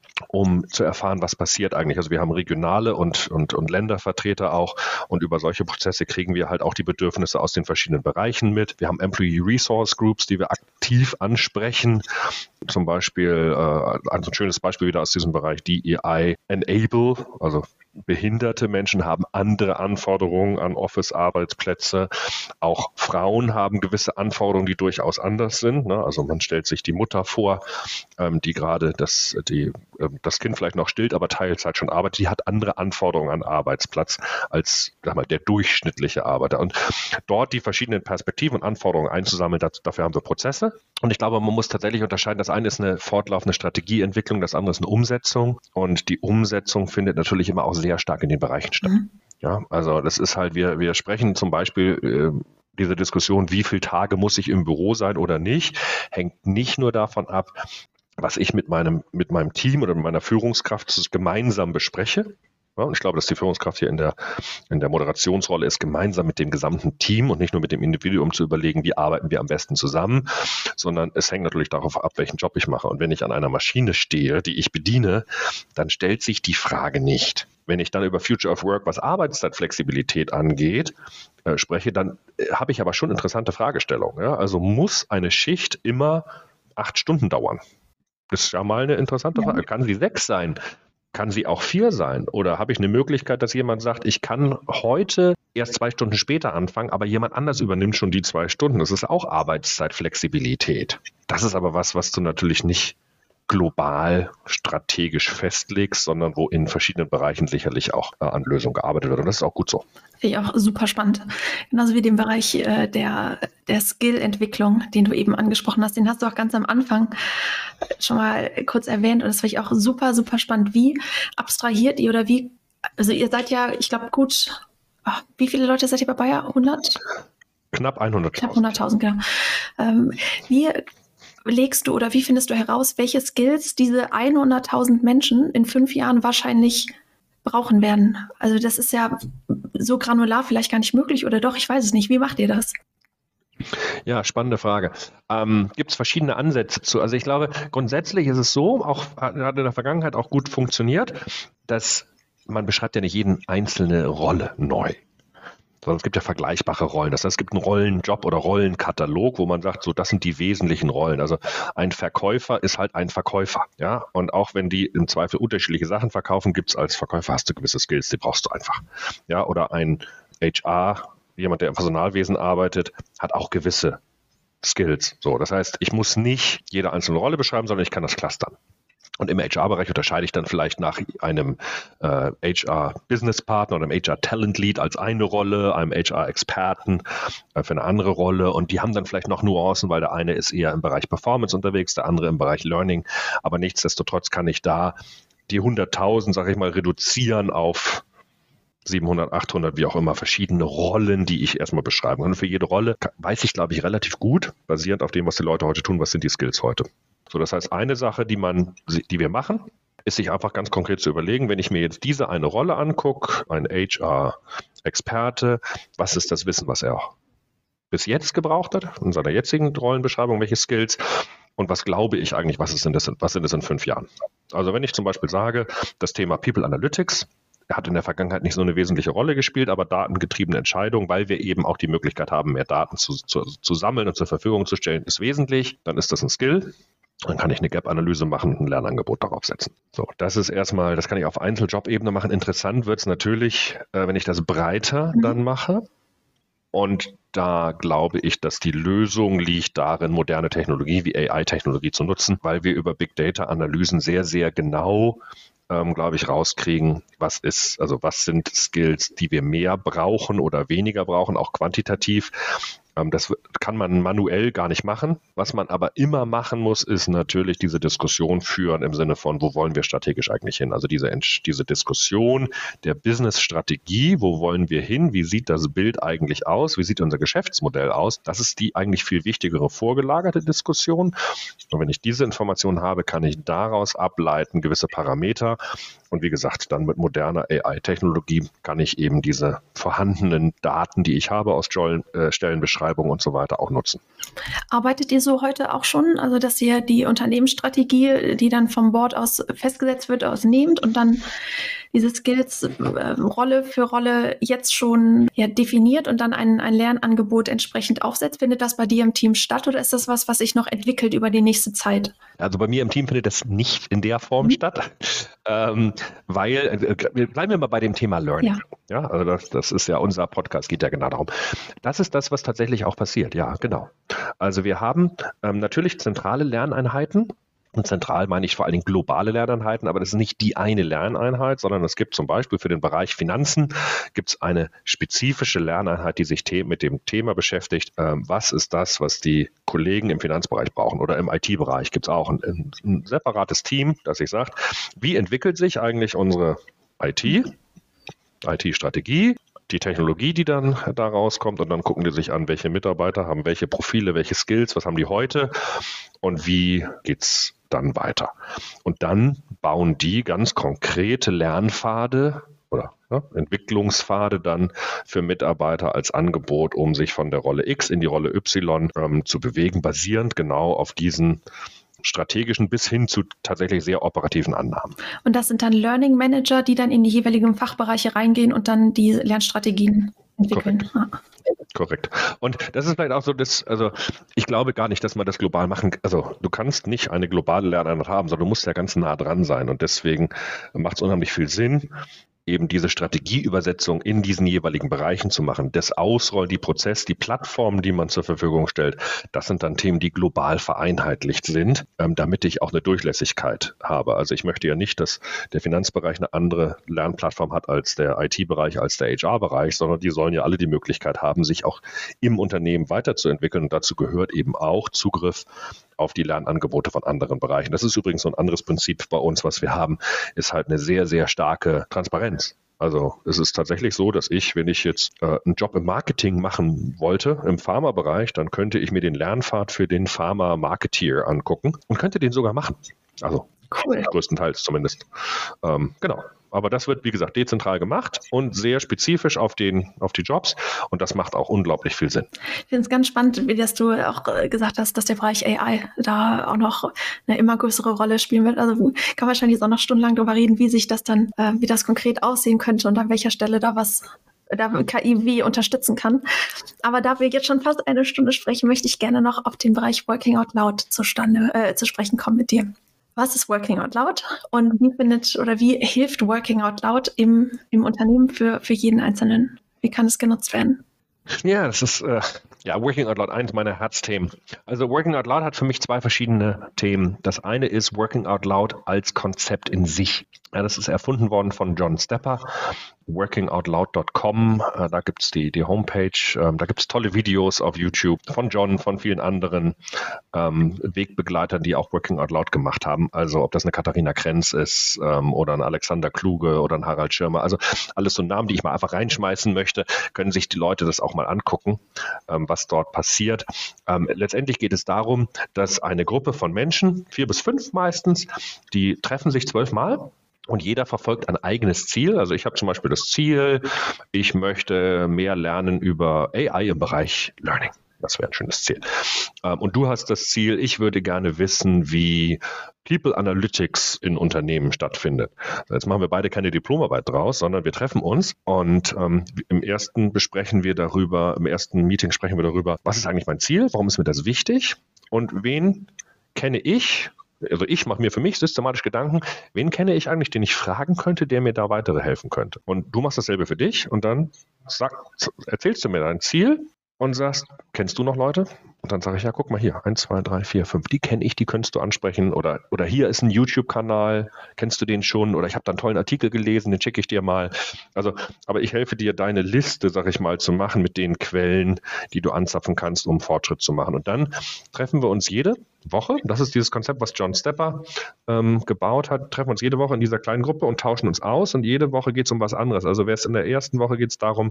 um zu erfahren, was passiert eigentlich. Also wir haben regionale und, und, und Ländervertreter auch und über solche Prozesse kriegen wir halt auch die Bedürfnisse aus den verschiedenen Bereichen mit. Wir haben Employee Resource Groups, die wir aktiv ansprechen. Zum Beispiel, äh, ein schönes Beispiel wieder aus diesem Bereich, D E I Enable, also behinderte Menschen haben andere Anforderungen an Office-Arbeitsplätze. Auch Frauen haben gewisse Anforderungen, die durchaus anders sind. Ne? Also man stellt sich die Mutter vor, ähm, die gerade das, die, äh, das Kind vielleicht noch stillt, aber Teilzeit schon arbeitet. Die hat andere Anforderungen an Arbeitsplatz als sag mal, der durchschnittliche Arbeiter. Und dort die verschiedenen Perspektiven und Anforderungen einzusammeln, das, dafür haben wir Prozesse. Und ich glaube, man muss tatsächlich unterscheiden. Das eine ist eine fortlaufende Strategieentwicklung, das andere ist eine Umsetzung. Und die Umsetzung findet natürlich immer auch sehr stark in den Bereichen statt. Mhm. Ja, also das ist halt, wir, wir sprechen zum Beispiel äh, diese Diskussion, wie viele Tage muss ich im Büro sein oder nicht, hängt nicht nur davon ab, was ich mit meinem, mit meinem Team oder mit meiner Führungskraft gemeinsam bespreche. Ja, und ich glaube, dass die Führungskraft hier in der, in der Moderationsrolle ist, gemeinsam mit dem gesamten Team und nicht nur mit dem Individuum zu überlegen, wie arbeiten wir am besten zusammen, sondern es hängt natürlich darauf ab, welchen Job ich mache. Und wenn ich an einer Maschine stehe, die ich bediene, dann stellt sich die Frage nicht. Wenn ich dann über Future of Work, was Arbeitszeitflexibilität angeht, äh, spreche, dann äh, habe ich aber schon interessante Fragestellungen. Ja? Also muss eine Schicht immer acht Stunden dauern? Das ist ja mal eine interessante Frage. Kann sie sechs sein? Kann sie auch vier sein? Oder habe ich eine Möglichkeit, dass jemand sagt, ich kann heute erst zwei Stunden später anfangen, aber jemand anders übernimmt schon die zwei Stunden? Das ist auch Arbeitszeitflexibilität. Das ist aber was, was du natürlich nicht global strategisch festlegst, sondern wo in verschiedenen Bereichen sicherlich auch äh, an Lösungen gearbeitet wird. Und das ist auch gut so. Finde ich auch super spannend. Genauso wie den Bereich äh, der, der Skill-Entwicklung, den du eben angesprochen hast. Den hast du auch ganz am Anfang schon mal kurz erwähnt. Und das finde ich auch super, super spannend. Wie abstrahiert ihr oder wie, also ihr seid ja, ich glaube, gut, ach, wie viele Leute seid ihr bei Bayer? hundert? Knapp hunderttausend. Knapp hunderttausend, genau. Ähm, wie legst du oder wie findest du heraus, welche Skills diese hunderttausend Menschen in fünf Jahren wahrscheinlich brauchen werden? Also das ist ja so granular vielleicht gar nicht möglich oder doch, ich weiß es nicht. Wie macht ihr das? Ja, spannende Frage. Ähm, gibt es verschiedene Ansätze zu? Also ich glaube, grundsätzlich ist es so, auch hat in der Vergangenheit auch gut funktioniert, dass man beschreibt ja nicht jeden einzelne Rolle neu. Sondern es gibt ja vergleichbare Rollen. Das heißt, es gibt einen Rollenjob oder Rollenkatalog, wo man sagt, so das sind die wesentlichen Rollen. Also ein Verkäufer ist halt ein Verkäufer. Ja? Und auch wenn die im Zweifel unterschiedliche Sachen verkaufen, gibt es als Verkäufer hast du gewisse Skills, die brauchst du einfach. Ja? Oder ein H R, jemand, der im Personalwesen arbeitet, hat auch gewisse Skills. So, das heißt, ich muss nicht jede einzelne Rolle beschreiben, sondern ich kann das clustern. Und im H R-Bereich unterscheide ich dann vielleicht nach einem äh, H R-Business-Partner oder einem H R-Talent-Lead als eine Rolle, einem H R-Experten äh, für eine andere Rolle. Und die haben dann vielleicht noch Nuancen, weil der eine ist eher im Bereich Performance unterwegs, der andere im Bereich Learning. Aber nichtsdestotrotz kann ich da die hunderttausend, sage ich mal, reduzieren auf siebenhundert, achthundert, wie auch immer, verschiedene Rollen, die ich erstmal beschreiben kann. Und für jede Rolle weiß ich, glaube ich, relativ gut, basierend auf dem, was die Leute heute tun, was sind die Skills heute. So, das heißt, eine Sache, die man, die wir machen, ist sich einfach ganz konkret zu überlegen, wenn ich mir jetzt diese eine Rolle angucke, ein H R-Experte, was ist das Wissen, was er bis jetzt gebraucht hat, in seiner jetzigen Rollenbeschreibung, welche Skills und was glaube ich eigentlich, was, ist denn das, was sind das in fünf Jahren? Also wenn ich zum Beispiel sage, das Thema People Analytics hat in der Vergangenheit nicht so eine wesentliche Rolle gespielt, aber datengetriebene Entscheidungen, weil wir eben auch die Möglichkeit haben, mehr Daten zu, zu, zu sammeln und zur Verfügung zu stellen, ist wesentlich, dann ist das ein Skill. Dann kann ich eine Gap-Analyse machen und ein Lernangebot darauf setzen. So, das ist erstmal, das kann ich auf Einzeljob-Ebene machen. Interessant wird es natürlich, äh, wenn ich das breiter mhm. dann mache. Und da glaube ich, dass die Lösung liegt darin, moderne Technologie wie A I-Technologie zu nutzen, weil wir über Big Data-Analysen sehr, sehr genau, ähm, glaube ich, rauskriegen, was ist, also was sind Skills, die wir mehr brauchen oder weniger brauchen, auch quantitativ. Das kann man manuell gar nicht machen. Was man aber immer machen muss, ist natürlich diese Diskussion führen im Sinne von, wo wollen wir strategisch eigentlich hin? Also diese, diese Diskussion der Business-Strategie, wo wollen wir hin? Wie sieht das Bild eigentlich aus? Wie sieht unser Geschäftsmodell aus? Das ist die eigentlich viel wichtigere vorgelagerte Diskussion. Und wenn ich diese Information habe, kann ich daraus ableiten gewisse Parameter. Und wie gesagt, dann mit moderner A I-Technologie kann ich eben diese vorhandenen Daten, die ich habe aus Stellenbeschreibungen und so weiter auch nutzen. Arbeitet ihr so heute auch schon, also dass ihr die Unternehmensstrategie, die dann vom Board aus festgesetzt wird, ausnehmt und dann diese Skills äh, Rolle für Rolle jetzt schon ja, definiert und dann ein, ein Lernangebot entsprechend aufsetzt? Findet das bei dir im Team statt oder ist das was, was sich noch entwickelt über die nächste Zeit? Also bei mir im Team findet das nicht in der Form mhm. statt, ähm, weil, äh, bleiben wir mal bei dem Thema Learning. Ja, ja also das, das ist ja, unser Podcast geht ja genau darum. Das ist das, was tatsächlich auch passiert, ja, genau. Also wir haben ähm, natürlich zentrale Lerneinheiten. Und zentral meine ich vor allen Dingen globale Lerneinheiten, aber das ist nicht die eine Lerneinheit, sondern es gibt zum Beispiel für den Bereich Finanzen gibt es eine spezifische Lerneinheit, die sich the- mit dem Thema beschäftigt. Ähm, was ist das, was die Kollegen im Finanzbereich brauchen oder im I T-Bereich gibt es auch ein, ein, ein separates Team, das sich sagt, wie entwickelt sich eigentlich unsere I T, I T-Strategie, die Technologie, die dann da rauskommt und dann gucken die sich an, welche Mitarbeiter haben welche Profile, welche Skills, was haben die heute und wie geht's dann weiter. Und dann bauen die ganz konkrete Lernpfade oder ja, Entwicklungspfade dann für Mitarbeiter als Angebot, um sich von der Rolle X in die Rolle Y ähm, zu bewegen, basierend genau auf diesen strategischen bis hin zu tatsächlich sehr operativen Annahmen. Und das sind dann Learning Manager, die dann in die jeweiligen Fachbereiche reingehen und dann die Lernstrategien entwickeln. Korrekt. Ah. Korrekt. Und das ist vielleicht auch so, das, also ich glaube gar nicht, dass man das global machen kann. Also du kannst nicht eine globale Lerneinheit haben, sondern du musst ja ganz nah dran sein. Und deswegen macht es unheimlich viel Sinn, eben diese Strategieübersetzung in diesen jeweiligen Bereichen zu machen. Das Ausrollen, die Prozess, die Plattformen, die man zur Verfügung stellt, das sind dann Themen, die global vereinheitlicht sind, ähm, damit ich auch eine Durchlässigkeit habe. Also ich möchte ja nicht, dass der Finanzbereich eine andere Lernplattform hat als der I T-Bereich, als der H R-Bereich, sondern die sollen ja alle die Möglichkeit haben, sich auch im Unternehmen weiterzuentwickeln. Und dazu gehört eben auch Zugriff auf die Lernangebote von anderen Bereichen. Das ist übrigens so ein anderes Prinzip bei uns, was wir haben, ist halt eine sehr, sehr starke Transparenz. Also es ist tatsächlich so, dass ich, wenn ich jetzt äh, einen Job im Marketing machen wollte, im Pharmabereich, dann könnte ich mir den Lernpfad für den Pharma-Marketeer angucken und könnte den sogar machen. Also cool. Größtenteils zumindest. Ähm, genau. Aber das wird, wie gesagt, dezentral gemacht und sehr spezifisch auf, den, auf die Jobs. Und das macht auch unglaublich viel Sinn. Ich finde es ganz spannend, wie das du auch gesagt hast, dass der Bereich A I da auch noch eine immer größere Rolle spielen wird. Also kann man wahrscheinlich auch noch stundenlang darüber reden, wie sich das dann, äh, wie das konkret aussehen könnte und an welcher Stelle da was da K I wie unterstützen kann. Aber da wir jetzt schon fast eine Stunde sprechen, möchte ich gerne noch auf den Bereich Working Out Loud zustande, äh, zu sprechen kommen mit dir. Was ist Working Out Loud und wie findet oder wie hilft Working Out Loud im, im Unternehmen für, für jeden Einzelnen? Wie kann es genutzt werden? Ja, das ist äh, ja Working Out Loud, eins meiner Herzthemen. Also Working Out Loud hat für mich zwei verschiedene Themen. Das eine ist Working Out Loud als Konzept in sich. Ja, das ist erfunden worden von John Stepper. working out loud dot com, äh, da gibt es die, die Homepage, ähm, da gibt es tolle Videos auf YouTube von John, von vielen anderen ähm, Wegbegleitern, die auch Working Out Loud gemacht haben. Also ob das eine Katharina Krenz ist ähm, oder ein Alexander Kluge oder ein Harald Schirmer. Also alles so Namen, die ich mal einfach reinschmeißen möchte, können sich die Leute das auch mal angucken, ähm, was dort passiert. Ähm, letztendlich geht es darum, dass eine Gruppe von Menschen, vier bis fünf meistens, die treffen sich zwölfmal. Und jeder verfolgt ein eigenes Ziel. Also ich habe zum Beispiel das Ziel, ich möchte mehr lernen über A I im Bereich Learning. Das wäre ein schönes Ziel. Ähm, und du hast das Ziel, ich würde gerne wissen, wie People Analytics in Unternehmen stattfindet. Jetzt machen wir beide keine Diplomarbeit draus, sondern wir treffen uns und ähm, im ersten besprechen wir darüber, im ersten Meeting sprechen wir darüber, was ist eigentlich mein Ziel, warum ist mir das wichtig und wen kenne ich, also ich mache mir für mich systematisch Gedanken, wen kenne ich eigentlich, den ich fragen könnte, der mir da weitere helfen könnte. Und du machst dasselbe für dich und dann sag, erzählst du mir dein Ziel und sagst, kennst du noch Leute? Und dann sage ich, ja, guck mal hier, eins, zwei, drei, vier, fünf, die kenne ich, die könntest du ansprechen. Oder, oder hier ist ein YouTube-Kanal, kennst du den schon? Oder ich habe da einen tollen Artikel gelesen, den schicke ich dir mal. Also, aber ich helfe dir, deine Liste, sag ich mal, zu machen mit den Quellen, die du anzapfen kannst, um Fortschritt zu machen. Und dann treffen wir uns jede Woche, das ist dieses Konzept, was John Stepper ähm, gebaut hat, treffen wir uns jede Woche in dieser kleinen Gruppe und tauschen uns aus. Und jede Woche geht es um was anderes. Also, wer es in der ersten Woche geht es darum,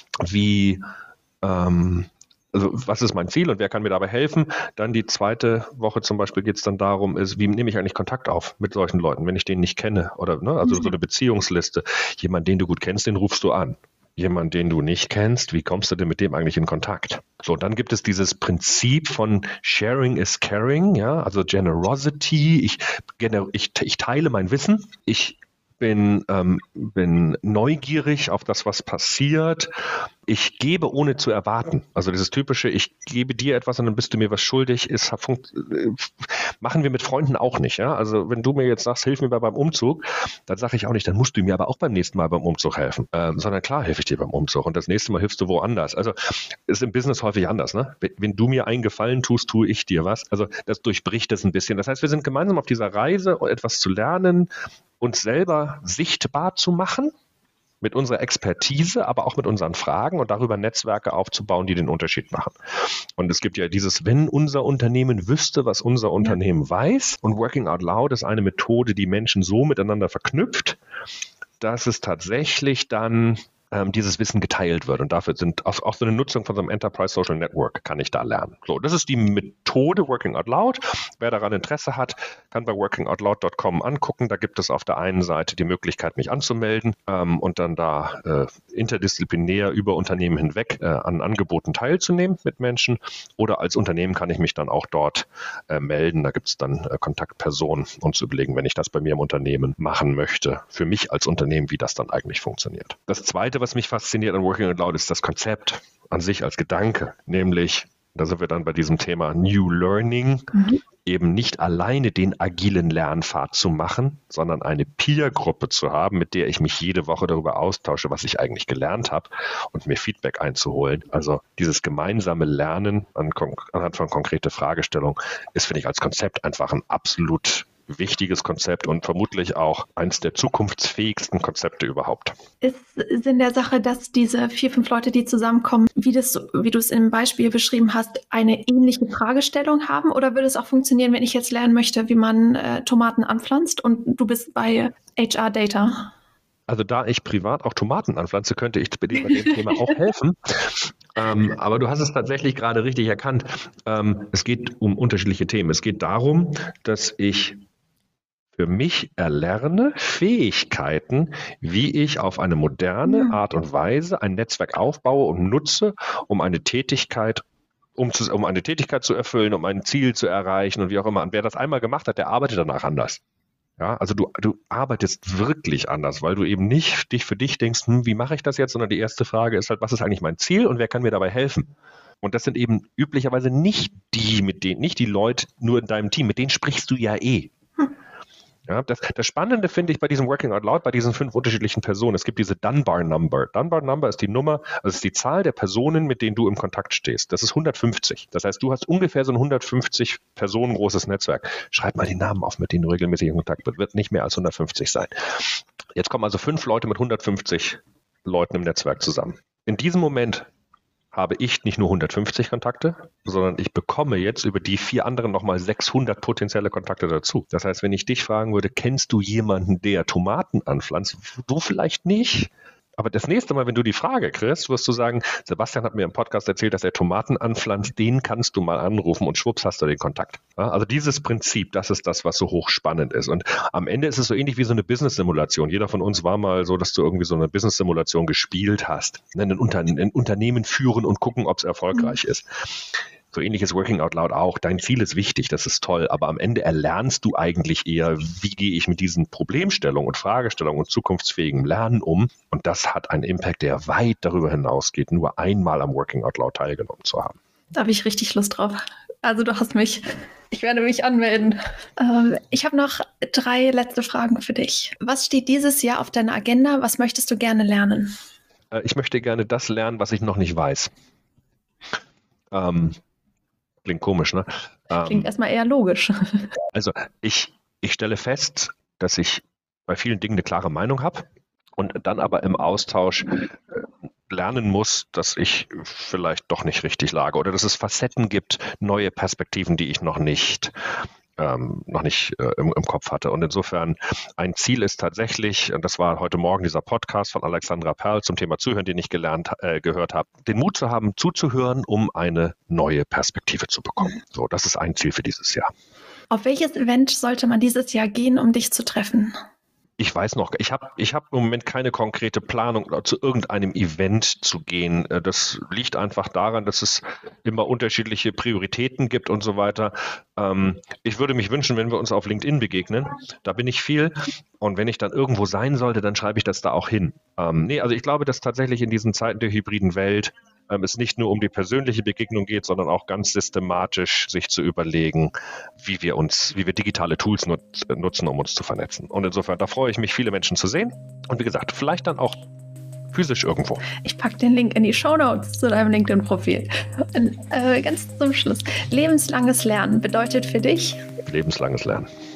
wie Ähm, also was ist mein Ziel und wer kann mir dabei helfen? Dann die zweite Woche zum Beispiel geht es dann darum, ist, wie nehme ich eigentlich Kontakt auf mit solchen Leuten, wenn ich den nicht kenne? Oder ne, also mhm. so eine Beziehungsliste. Jemand, den du gut kennst, den rufst du an. Jemand, den du nicht kennst, wie kommst du denn mit dem eigentlich in Kontakt? So, dann gibt es dieses Prinzip von Sharing is Caring, ja, also Generosity. Ich, ich, ich teile mein Wissen. Ich bin, ähm, bin neugierig auf das, was passiert. Ich gebe, ohne zu erwarten. Also dieses typische, ich gebe dir etwas und dann bist du mir was schuldig, ist, machen wir mit Freunden auch nicht. Ja? Also wenn du mir jetzt sagst, hilf mir beim Umzug, dann sage ich auch nicht, dann musst du mir aber auch beim nächsten Mal beim Umzug helfen. Ähm, sondern klar helfe ich dir beim Umzug und das nächste Mal hilfst du woanders. Also ist im Business häufig anders. Ne? Wenn du mir einen Gefallen tust, tue ich dir was. Also das durchbricht das ein bisschen. Das heißt, wir sind gemeinsam auf dieser Reise, etwas zu lernen, uns selber sichtbar zu machen, mit unserer Expertise, aber auch mit unseren Fragen und darüber Netzwerke aufzubauen, die den Unterschied machen. Und es gibt ja dieses, wenn unser Unternehmen wüsste, was unser ja. Unternehmen weiß, und Working Out Loud ist eine Methode, die Menschen so miteinander verknüpft, dass es tatsächlich dann ähm, dieses Wissen geteilt wird. Und dafür sind auch, auch so eine Nutzung von so einem Enterprise Social Network kann ich da lernen. So, das ist die Methode Working Out Loud. Wer daran Interesse hat, kann bei working out loud dot com angucken. Da gibt es auf der einen Seite die Möglichkeit, mich anzumelden ähm, und dann da äh, interdisziplinär über Unternehmen hinweg äh, an Angeboten teilzunehmen mit Menschen. Oder als Unternehmen kann ich mich dann auch dort äh, melden. Da gibt es dann äh, Kontaktpersonen und zu überlegen, wenn ich das bei mir im Unternehmen machen möchte, für mich als Unternehmen, wie das dann eigentlich funktioniert. Das Zweite, was mich fasziniert an Working Out Loud, ist das Konzept an sich als Gedanke, nämlich, da sind wir dann bei diesem Thema New Learning, mhm. eben nicht alleine den agilen Lernpfad zu machen, sondern eine Peer-Gruppe zu haben, mit der ich mich jede Woche darüber austausche, was ich eigentlich gelernt habe und mir Feedback einzuholen. Also dieses gemeinsame Lernen an, anhand von konkrete Fragestellungen ist, finde ich, als Konzept einfach ein absolut wichtiges Konzept und vermutlich auch eines der zukunftsfähigsten Konzepte überhaupt. Ist Sinn der Sache, dass diese vier, fünf Leute, die zusammenkommen, wie, das, wie du es im Beispiel beschrieben hast, eine ähnliche Fragestellung haben? Oder würde es auch funktionieren, wenn ich jetzt lernen möchte, wie man äh, Tomaten anpflanzt und du bist bei H R Data? Also da ich privat auch Tomaten anpflanze, könnte ich bei dem, bei dem Thema auch helfen. Ähm, aber du hast es tatsächlich gerade richtig erkannt. Ähm, es geht um unterschiedliche Themen. Es geht darum, dass ich für mich erlerne Fähigkeiten, wie ich auf eine moderne Art und Weise ein Netzwerk aufbaue und nutze, um eine Tätigkeit um, zu, um eine Tätigkeit zu erfüllen, um ein Ziel zu erreichen und wie auch immer. Und wer das einmal gemacht hat, der arbeitet danach anders. Ja, also du, du arbeitest wirklich anders, weil du eben nicht dich für dich denkst, hm, wie mache ich das jetzt, sondern die erste Frage ist halt, was ist eigentlich mein Ziel und wer kann mir dabei helfen? Und das sind eben üblicherweise nicht die, mit denen, nicht die Leute nur in deinem Team, mit denen sprichst du ja eh. Ja, das, das Spannende finde ich bei diesem Working Out Loud, bei diesen fünf unterschiedlichen Personen, es gibt diese Dunbar Number. Dunbar Number ist die Nummer, also ist die Zahl der Personen, mit denen du im Kontakt stehst. Das ist hundertfünfzig. Das heißt, du hast ungefähr so ein hundertfünfzig Personen großes Netzwerk. Schreib mal die Namen auf, mit denen du regelmäßig in Kontakt bist. Wird nicht mehr als hundertfünfzig sein. Jetzt kommen also fünf Leute mit hundertfünfzig Leuten im Netzwerk zusammen. In diesem Moment habe ich nicht nur hundertfünfzig Kontakte, sondern ich bekomme jetzt über die vier anderen nochmal sechshundert potenzielle Kontakte dazu. Das heißt, wenn ich dich fragen würde, kennst du jemanden, der Tomaten anpflanzt? Du vielleicht nicht, Aber das nächste Mal, wenn du die Frage kriegst, wirst du sagen, Sebastian hat mir im Podcast erzählt, dass er Tomaten anpflanzt, den kannst du mal anrufen und schwupps hast du den Kontakt. Ja, also dieses Prinzip, das ist das, was so hochspannend ist. Und am Ende ist es so ähnlich wie so eine Business-Simulation. Jeder von uns war mal so, dass du irgendwie so eine Business-Simulation gespielt hast. Ein, Unter- ein Unternehmen führen und gucken, ob es erfolgreich mhm. ist. So ähnlich ist Working Out Loud auch. Dein Ziel ist wichtig, das ist toll, aber am Ende erlernst du eigentlich eher, wie gehe ich mit diesen Problemstellungen und Fragestellungen und zukunftsfähigem Lernen um. Und das hat einen Impact, der weit darüber hinausgeht, nur einmal am Working Out Loud teilgenommen zu haben. Da habe ich richtig Lust drauf. Also du hast mich, ich werde mich anmelden. Ähm, ich habe noch drei letzte Fragen für dich. Was steht dieses Jahr auf deiner Agenda? Was möchtest du gerne lernen? Äh, ich möchte gerne das lernen, was ich noch nicht weiß. Ähm, Klingt komisch, ne? Klingt ähm, erstmal eher logisch. Also ich, ich stelle fest, dass ich bei vielen Dingen eine klare Meinung habe und dann aber im Austausch lernen muss, dass ich vielleicht doch nicht richtig lag oder dass es Facetten gibt, neue Perspektiven, die ich noch nicht Ähm, noch nicht äh, im, im Kopf hatte. Und insofern ein Ziel ist tatsächlich, und das war heute Morgen dieser Podcast von Alexandra Perl zum Thema Zuhören, den ich gelernt, äh, gehört habe, den Mut zu haben, zuzuhören, um eine neue Perspektive zu bekommen. So, das ist ein Ziel für dieses Jahr. Auf welches Event sollte man dieses Jahr gehen, um dich zu treffen? Ich weiß noch, ich habe ich hab im Moment keine konkrete Planung, zu irgendeinem Event zu gehen. Das liegt einfach daran, dass es immer unterschiedliche Prioritäten gibt und so weiter. Ähm, ich würde mich wünschen, wenn wir uns auf LinkedIn begegnen. Da bin ich viel. Und wenn ich dann irgendwo sein sollte, dann schreibe ich das da auch hin. Ähm, nee, also ich glaube, dass tatsächlich in diesen Zeiten der hybriden Welt ähm, es nicht nur um die persönliche Begegnung geht, sondern auch ganz systematisch sich zu überlegen, wie wir uns, wie wir digitale Tools nut- nutzen, um uns zu vernetzen. Und insofern, da freue ich mich, viele Menschen zu sehen. Und wie gesagt, vielleicht dann auch physisch irgendwo. Ich packe den Link in die Shownotes zu deinem LinkedIn-Profil. Und, äh, ganz zum Schluss. Lebenslanges Lernen bedeutet für dich? Lebenslanges Lernen.